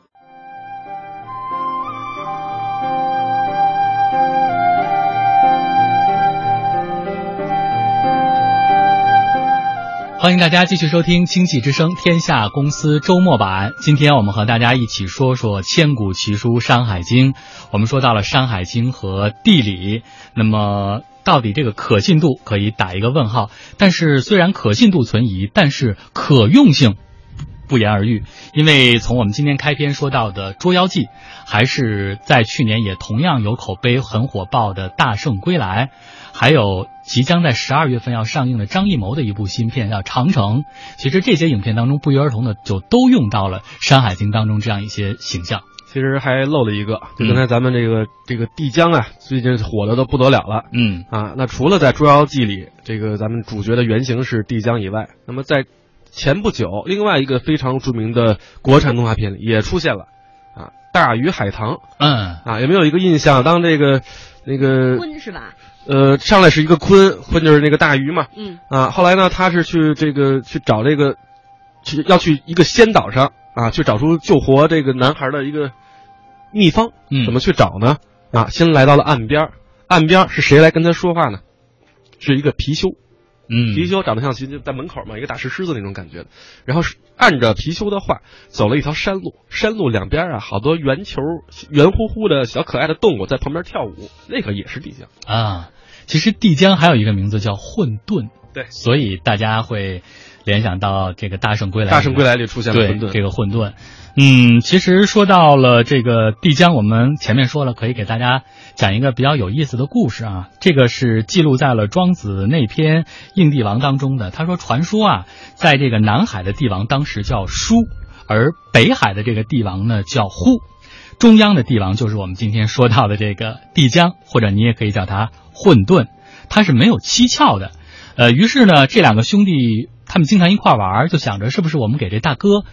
欢迎大家继续收听《经济之声》天下公司周末版。今天我们和大家一起说说千古奇书《山海经》。我们说到了《山海经》和地理，那么到底这个可信度可以打一个问号，但是虽然可信度存疑，但是可用性不言而喻。因为从我们今天开篇说到的《捉妖记》，还是在去年也同样有口碑很火爆的《大圣归来》，还有即将在12月份要上映的张艺谋的一部新片叫《长城》。其实这些影片当中不约而同的就都用到了《山海经》当中这样一些形象。 其实还漏了一个，就刚才咱们这个帝江啊，最近火的都不得了了。那除了在《捉妖记》里，这个咱们主角的原型是帝江以外，那么在前不久，另外一个非常著名的国产动画片里也出现了啊，大鱼海棠。有没有一个印象？当那个鲲是吧？ 上来是一个鲲就是那个大鱼嘛。后来呢，他是去找要去一个仙岛上。去找出救活这个男孩的一个秘方，怎么去找呢？先来到了岸边是谁来跟他说话呢？是一个貔貅，貔貅长得像其实在门口嘛，一个大石狮子那种感觉的。然后是按着貔貅的话走了一条山路，山路两边好多圆乎乎的小可爱的动物在旁边跳舞，那个也是帝江啊。其实帝江还有一个名字叫混沌， 对， 所以大家会联想到这个大圣归来里出现了混沌， 对，这个混沌。其实说到了这个帝江，我们前面说了，可以给大家讲一个比较有意思的故事啊。这个是记录在了庄子那篇《应帝王》当中的。他说，传说啊，在这个南海的帝王当时叫舒，而北海的这个帝王呢叫呼，中央的帝王就是我们今天说到的这个帝江，或者你也可以叫他混沌。他是没有七窍的。于是呢，这2个兄弟他们经常一块玩，就想着是不是我们给这大哥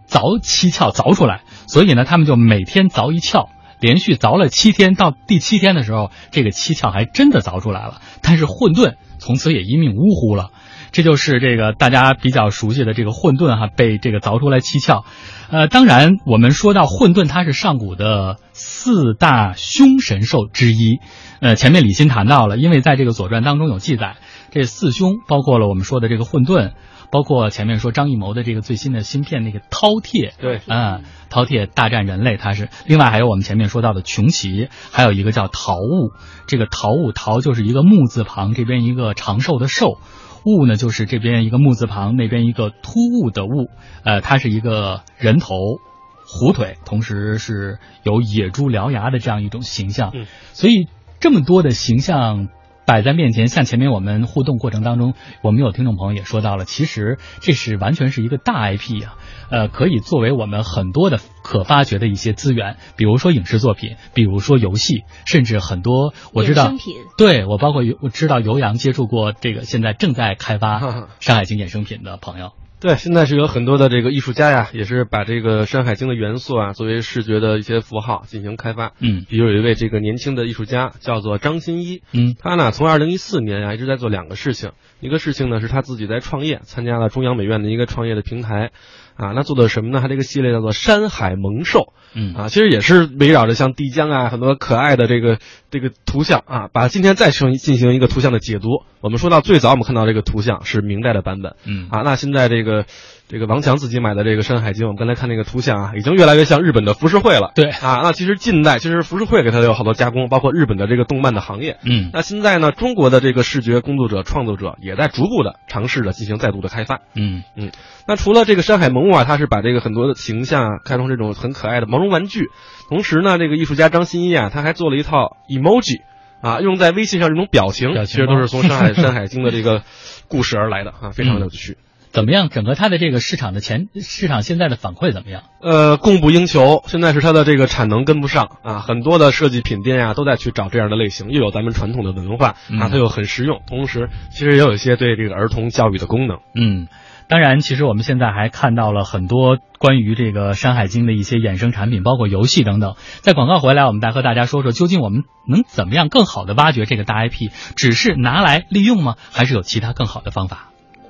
凿七窍凿出来，所以呢，他们就每天凿一窍，连续凿了7天，到第7天的时候，这个七窍还真的凿出来了。但是混沌从此也一命呜呼了。这就是这个大家比较熟悉的这个混沌哈，被这个凿出来七窍。当然我们说到混沌，它是上古的4大凶神兽之一。前面李欣谈到了，因为在这个《左传》当中有记载，这4凶包括了我们说的这个混沌，包括前面说张艺谋的这个最新的芯片那个饕餮， 对， 饕餮大战人类，它是。另外还有我们前面说到的穷奇，还有一个叫桃物。这个桃物，桃就是一个木字旁，这边一个长寿的寿。物呢，就是这边一个木字旁，那边一个突兀的兀，它是一个人头、虎腿，同时是有野猪獠牙的这样一种形象。所以这么多的形象摆在面前，像前面我们互动过程当中，我们有听众朋友也说到了，其实这是完全是一个大 IP 啊，可以作为我们很多的可发掘的一些资源，比如说影视作品，比如说游戏，甚至很多我知道，对，我包括我知道游阳接触过这个现在正在开发《山海经》衍生品的朋友。 对，现在是有很多的这个艺术家呀，也是把这个《山海经》的元素啊，作为视觉的一些符号进行开发。比如有一位这个年轻的艺术家叫做张新一，他呢从2014年啊一直在做2个事情，一个事情呢是他自己在创业，参加了中央美院的一个创业的平台。那做的什么呢？他这个系列叫做山海萌兽，其实也是围绕着像帝江啊很多可爱的这个图像啊，把今天再进行一个图像的解读。我们说到最早我们看到这个图像是明代的版本，那现在这个王强自己买的这个《山海经》，我们刚才看那个图像啊，已经越来越像日本的浮世绘了。 对那其实近代其实浮世绘给它有好多加工，包括日本的这个动漫的行业。那现在呢，中国的这个视觉工作者、创作者也在逐步的尝试着进行再度的开发。那除了这个山海萌物啊，它是把这个很多的形象啊开成这种很可爱的毛绒玩具，同时呢，这个艺术家张新一啊，他还做了一套 emoji。用在微信上这种表情其实都是从山海经的这个故事而来的啊，非常有趣。 怎么样？整个它的这个市场现在的反馈怎么样？ 供不应求，现在是它的这个产能跟不上啊，很多的设计品店啊都在去找这样的类型，又有咱们传统的文化它又很实用，同时其实也有一些对这个儿童教育的功能。 当然，其实我们现在还看到了很多关于这个《山海经》的一些衍生产品，包括游戏等等。在广告回来，我们再和大家说说，究竟我们能怎么样更好的挖掘这个大 IP？ 只是拿来利用吗？还是有其他更好的方法？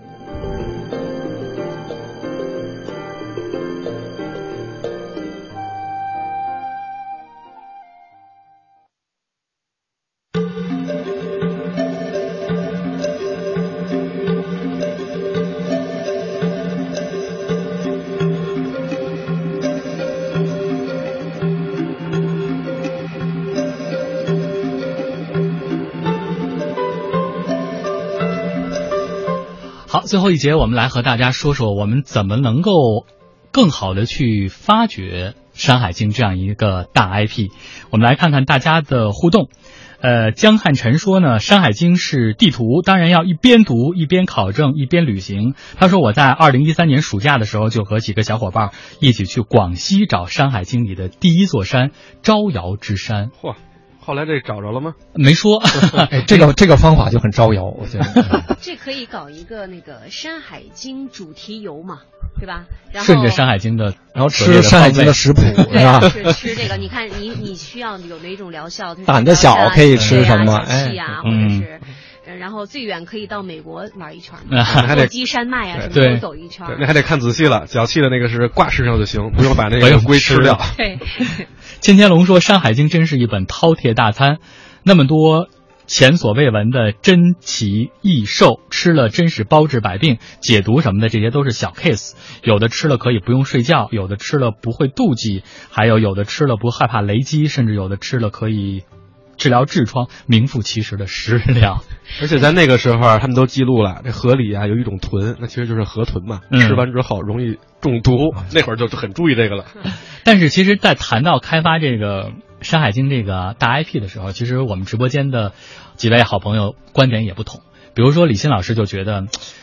好，最后一节我们来和大家说说，我们怎么能够更好的去发掘《山海经》这样一个大 IP。我们来看看大家的互动。江汉臣说呢，《山海经》是地图，当然要一边读一边考证一边旅行。他说我在2013年暑假的时候就和几个小伙伴一起去广西找《山海经》里的第一座山招摇之山。 嚯！后来这找着了吗？ 没说。 这个方法就很招摇，我觉得。 这可以搞一个那个《山海经》主题游嘛，对吧？然后顺着《山海经》的， 然后吃《山海经》的食谱， 是吧？是吃这个，你看你需要有哪种疗效？ 胆子小可以吃什么？ 气啊，或者是。然后最远可以到美国玩一圈，落基山脉啊什么都走一圈。 那还得看仔细了，脚气的那个是挂身上就行，不用把那个龟吃掉。 对。 千天龙说，《山海经》真是一本饕餮大餐，那么多前所未闻的珍奇异兽，吃了真是包治百病，解毒什么的这些都是小 case， 有的吃了可以不用睡觉，有的吃了不会妒忌，还有的吃了不害怕雷击，甚至有的吃了可以治疗痔疮，名副其实的食疗。 而且在那个时候他们都记录了，这河里啊有一种豚，那其实就是河豚嘛，吃完之后容易中毒，那会儿就很注意这个了。 但是其实在谈到开发这个《山海经》这个大 IP 的时候，其实我们直播间的几位好朋友观点也不同。比如说李欣老师就觉得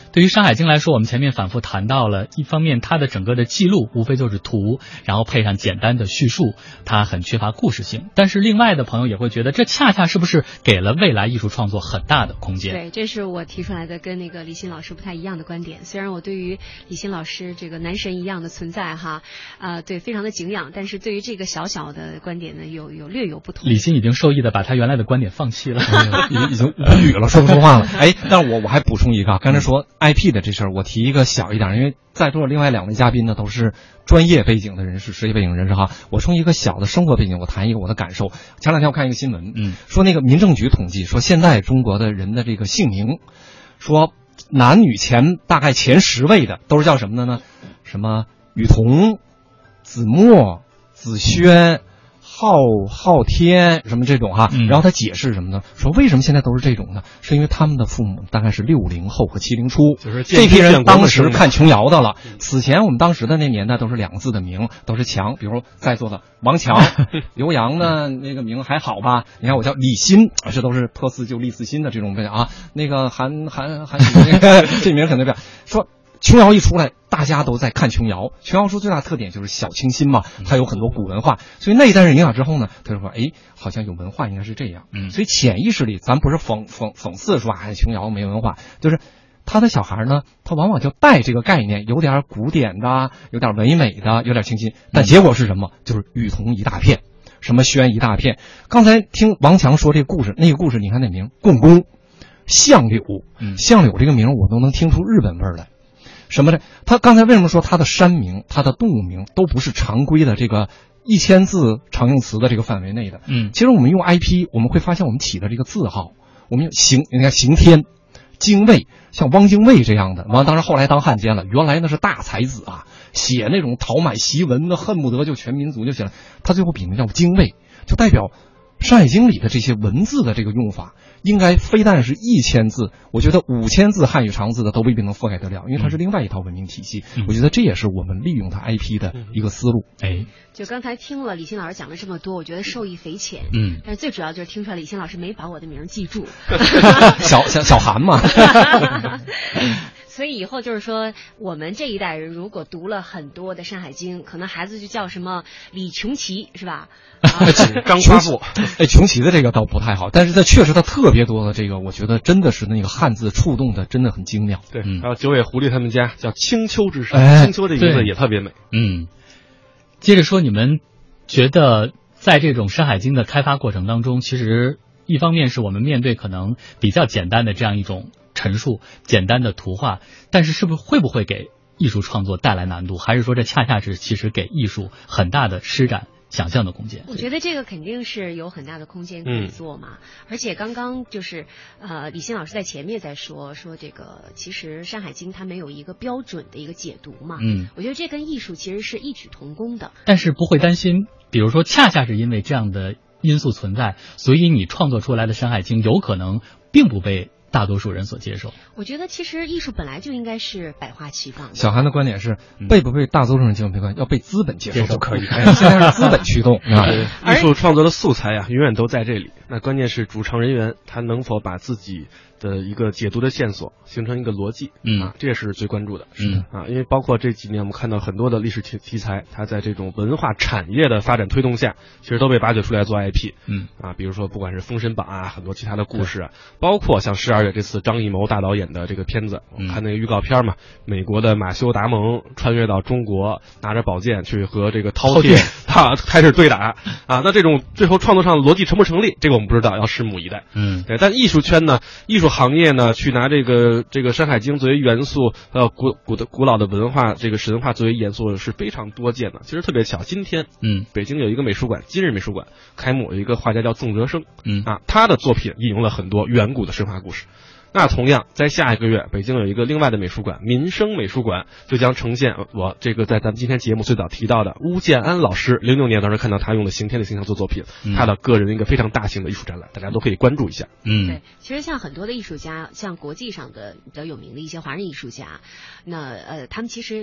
对于《山海经》来说，我们前面反复谈到了，一方面它的整个的记录无非就是图，然后配上简单的叙述，它很缺乏故事性。但是另外的朋友也会觉得，这恰恰是不是给了未来艺术创作很大的空间？ 对，这是我提出来的跟那个李欣老师不太一样的观点。虽然我对于李欣老师这个男神一样的存在哈，对，非常的敬仰，但是对于这个小小的观点呢，有略有不同。 李欣已经受益的把他原来的观点放弃了， 已经无语了，说不出话了。哎，但是我还补充一个，刚才说 IP 的这事儿，我提一个小一点，因为在座另外2位嘉宾呢都是专业背景的人士，职业背景人士哈。我从一个小的生活背景，我谈一个我的感受。前2天我看一个新闻，说那个民政局统计说，现在中国的人的这个姓名，说男女大概前10位的都是叫什么的呢？什么雨桐、子墨、子轩、昊天什么这种哈，然后他解释什么呢？说为什么现在都是这种呢？是因为他们的父母大概是60后和70初， 就是这批人当时看琼瑶的了。此前我们当时的那年代都是2个字的名，都是强，比如在座的王强、刘洋的那个名还好吧？你看我叫李欣，这都是特似就李四新的这种啊。那个韩宇那个这名可能是说。琼瑶一出来，大家都在看琼瑶。琼瑶说最大特点就是小清新嘛，它有很多古文化，所以那一代人影响之后呢，他就说，哎，好像有文化应该是这样。所以潜意识里，咱不是讽刺说琼瑶没文化，就是他的小孩呢，他往往就带这个概念，有点古典的，有点唯美的，有点清新，但结果是什么？就是雨桐一大片，什么轩一大片。刚才听王强说这个故事，那个故事你看那名共工、相柳，相柳这个名我都能听出日本味儿来。什么的？他刚才为什么说他的山名、他的动物名都不是常规的这个1000字常用词的这个范围内的？其实我们用 IP， 我们会发现我们起的这个字号，我们你看刑天、精卫，像汪精卫这样的，完当然后来当汉奸了，原来那是大才子啊，写那种讨满檄文的，恨不得就全民族就写了，他最后笔名叫精卫，就代表《山海经》里的这些文字的这个用法，应该非但是1000字，我觉得5000字汉语长字的都未必能覆盖得了，因为它是另外一套文明体系。我觉得这也是我们利用它 IP 的一个思路。 就刚才听了李欣老师讲了这么多，我觉得受益匪浅。但是最主要就是听出来李欣老师没把我的名记住， 小韩嘛。 所以以后就是说，我们这一代人如果读了很多的《山海经》，可能孩子就叫什么李穷奇，是吧？ 张夸父， 穷奇的这个倒不太好，但是确实他特别多的这个，我觉得真的是那个汉字触动的真的很精妙。 对，还有九尾狐狸他们家叫青丘之山，青丘这名字也特别美。 接着说，你们觉得在这种《山海经》的开发过程当中，其实一方面是我们面对可能比较简单的这样一种陈述，简单的图画，但是会不会给艺术创作带来难度？还是说这恰恰是其实给艺术很大的施展想象的空间？ 我觉得这个肯定是有很大的空间可以做嘛。而且刚刚就是李欣老师在前面在说这个，其实《山海经》它没有一个标准的一个解读嘛。我觉得这跟艺术其实是异曲同工的。 但是不会担心，比如说恰恰是因为这样的因素存在，所以你创作出来的《山海经》有可能并不被大多数人所接受。 我觉得其实艺术本来就应该是百花齐放的。 小韩的观点是，被不被大多数人接受没关系，要被资本接受就可以。现在是资本驱动啊。 艺术创作的素材啊，永远都在这里。那关键是主创人员他能否把自己的一个解读的线索形成一个逻辑，这也是最关注的。因为包括这几年我们看到很多的历史题材，它在这种文化产业的发展推动下，其实都被挖掘出来做 IP。比如说不管是《封神榜》啊，很多其他的故事啊，包括像12月这次张艺谋大导演的这个片子，我们看那个预告片嘛，美国的马修达蒙穿越到中国，拿着宝剑去和这个饕餮开始对打啊，那这种最后创作上的逻辑成不成立，这个我们不知道，要拭目以待。对，但艺术圈呢，艺术行业呢，去拿这个《山海经》作为元素，古老的文化这个神话作为元素是非常多见的。其实特别巧，今天北京有一个美术馆，今日美术馆开幕，有一个画家叫曾哲生，他的作品引用了很多远古的神话故事。那同样在下一个月，北京有一个另外的美术馆，民生美术馆就将呈现我这个在咱们今天节目最早提到的巫建安老师06年当时看到他用的刑天的形象做作品，他的个人的一个非常大型的艺术展览，大家都可以关注一下。 对，其实像很多的艺术家，像国际上的比较有名的一些华人艺术家，那他们其实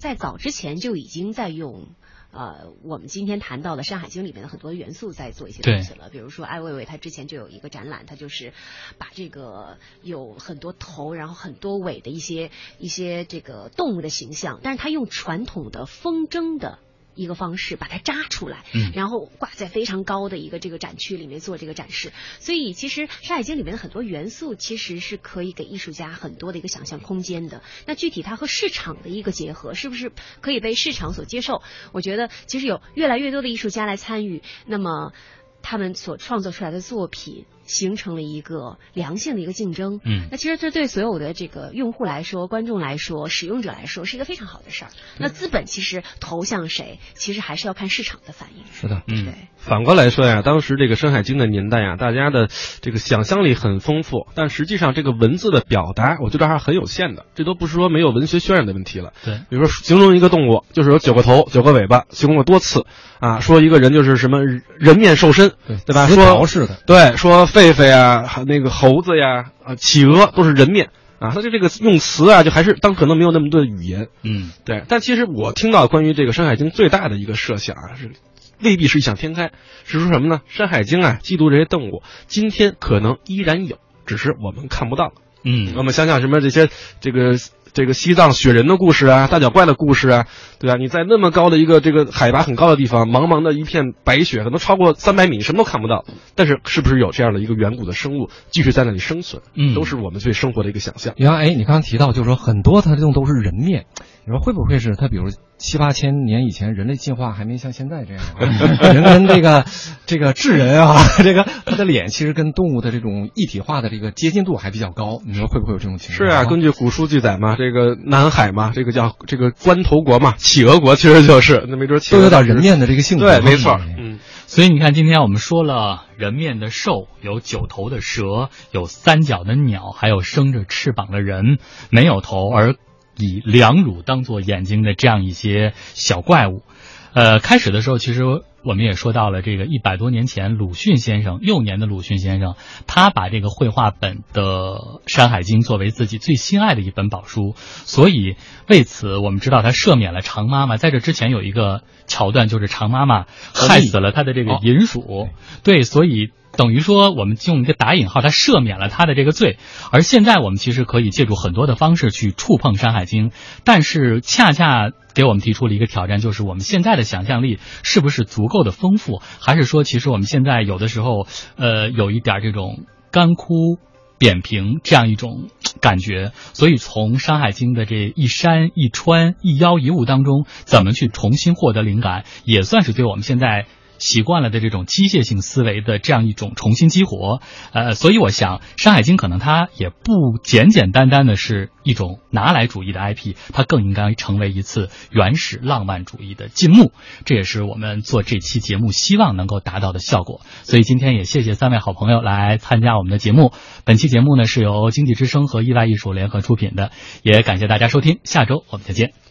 在早之前就已经在用。我们今天谈到的《山海经》里面的很多元素在做一些东西了，比如说艾未未他之前就有一个展览，他就是把这个有很多头然后很多尾的一些这个动物的形象，但是他用传统的风筝的一个方式把它扎出来，然后挂在非常高的一个这个展区里面做这个展示。所以其实《山海经》里面的很多元素其实是可以给艺术家很多的一个想象空间的。那具体它和市场的一个结合，是不是可以被市场所接受？我觉得其实有越来越多的艺术家来参与，那么他们所创作出来的作品形成了一个良性的一个竞争。那其实这对所有的这个用户来说、观众来说、使用者来说是一个非常好的事儿。那资本其实投向谁，其实还是要看市场的反应。 是的， 对。 反过来说呀，当时这个《山海经》的年代呀，大家的这个想象力很丰富，但实际上这个文字的表达，我觉得还是很有限的。这都不是说没有文学渲染的问题了。 对， 比如说形容一个动物，就是有9个头、9个尾巴，形容了多次啊。说一个人就是什么人面兽身，对吧？说是的， 对，说狒狒啊，那个猴子呀，企鹅都是人面。啊，他这个用词啊，就还是当可能没有那么多的语言，对。但其实我听到关于这个《山海经》最大的一个设想啊，是未必是异想天开，是说什么呢？《山海经》啊，记录这些动物，今天可能依然有，只是我们看不到。我们想想什么这些这个西藏雪人的故事啊，大脚怪的故事啊，对吧？你在那么高的一个这个海拔很高的地方，茫茫的一片白雪，可能超过300米，什么都看不到。但是是不是有这样的一个远古的生物继续在那里生存？都是我们对生活的一个想象。 你看，你刚刚提到就是说很多它这种都是人面，你说会不会是它比如7、8千年以前人类进化还没像现在这样，人跟这个智人啊，这个他的脸其实跟动物的这种一体化的这个接近度还比较高，你说会不会有这种情况？ 是啊，根据古书记载嘛，这个南海嘛，这个叫这个关头国嘛，企鹅国其实就是那没准都有点人面的这个性格。 对，没错。 所以你看，今天我们说了人面的兽，有9头的蛇，有3脚的鸟，还有生着翅膀的人，没有头而以两乳当作眼睛的这样一些小怪物。开始的时候其实我们也说到了这个100多年前鲁迅先生，幼年的鲁迅先生，他把这个绘画本的《山海经》作为自己最心爱的一本宝书，所以为此我们知道他赦免了常妈妈。在这之前有一个桥段，就是常妈妈害死了他的这个银鼠，对，所以等于说我们用一个打引号，他赦免了他的这个罪。而现在我们其实可以借助很多的方式去触碰《山海经》，但是恰恰给我们提出了一个挑战，就是我们现在的想象力是不是足够的丰富，还是说其实我们现在有的时候有一点这种干枯扁平这样一种感觉。所以从《山海经》的这一山一川一妖一物当中，怎么去重新获得灵感，也算是对我们现在习惯了的这种机械性思维的这样一种重新激活。所以我想《山海经》可能它也不简简单单的是一种拿来主义的 IP， 它更应该成为一次原始浪漫主义的进幕，这也是我们做这期节目希望能够达到的效果。所以今天也谢谢3位好朋友来参加我们的节目。本期节目呢是由经济之声和意外艺术联合出品的，也感谢大家收听，下周我们再见。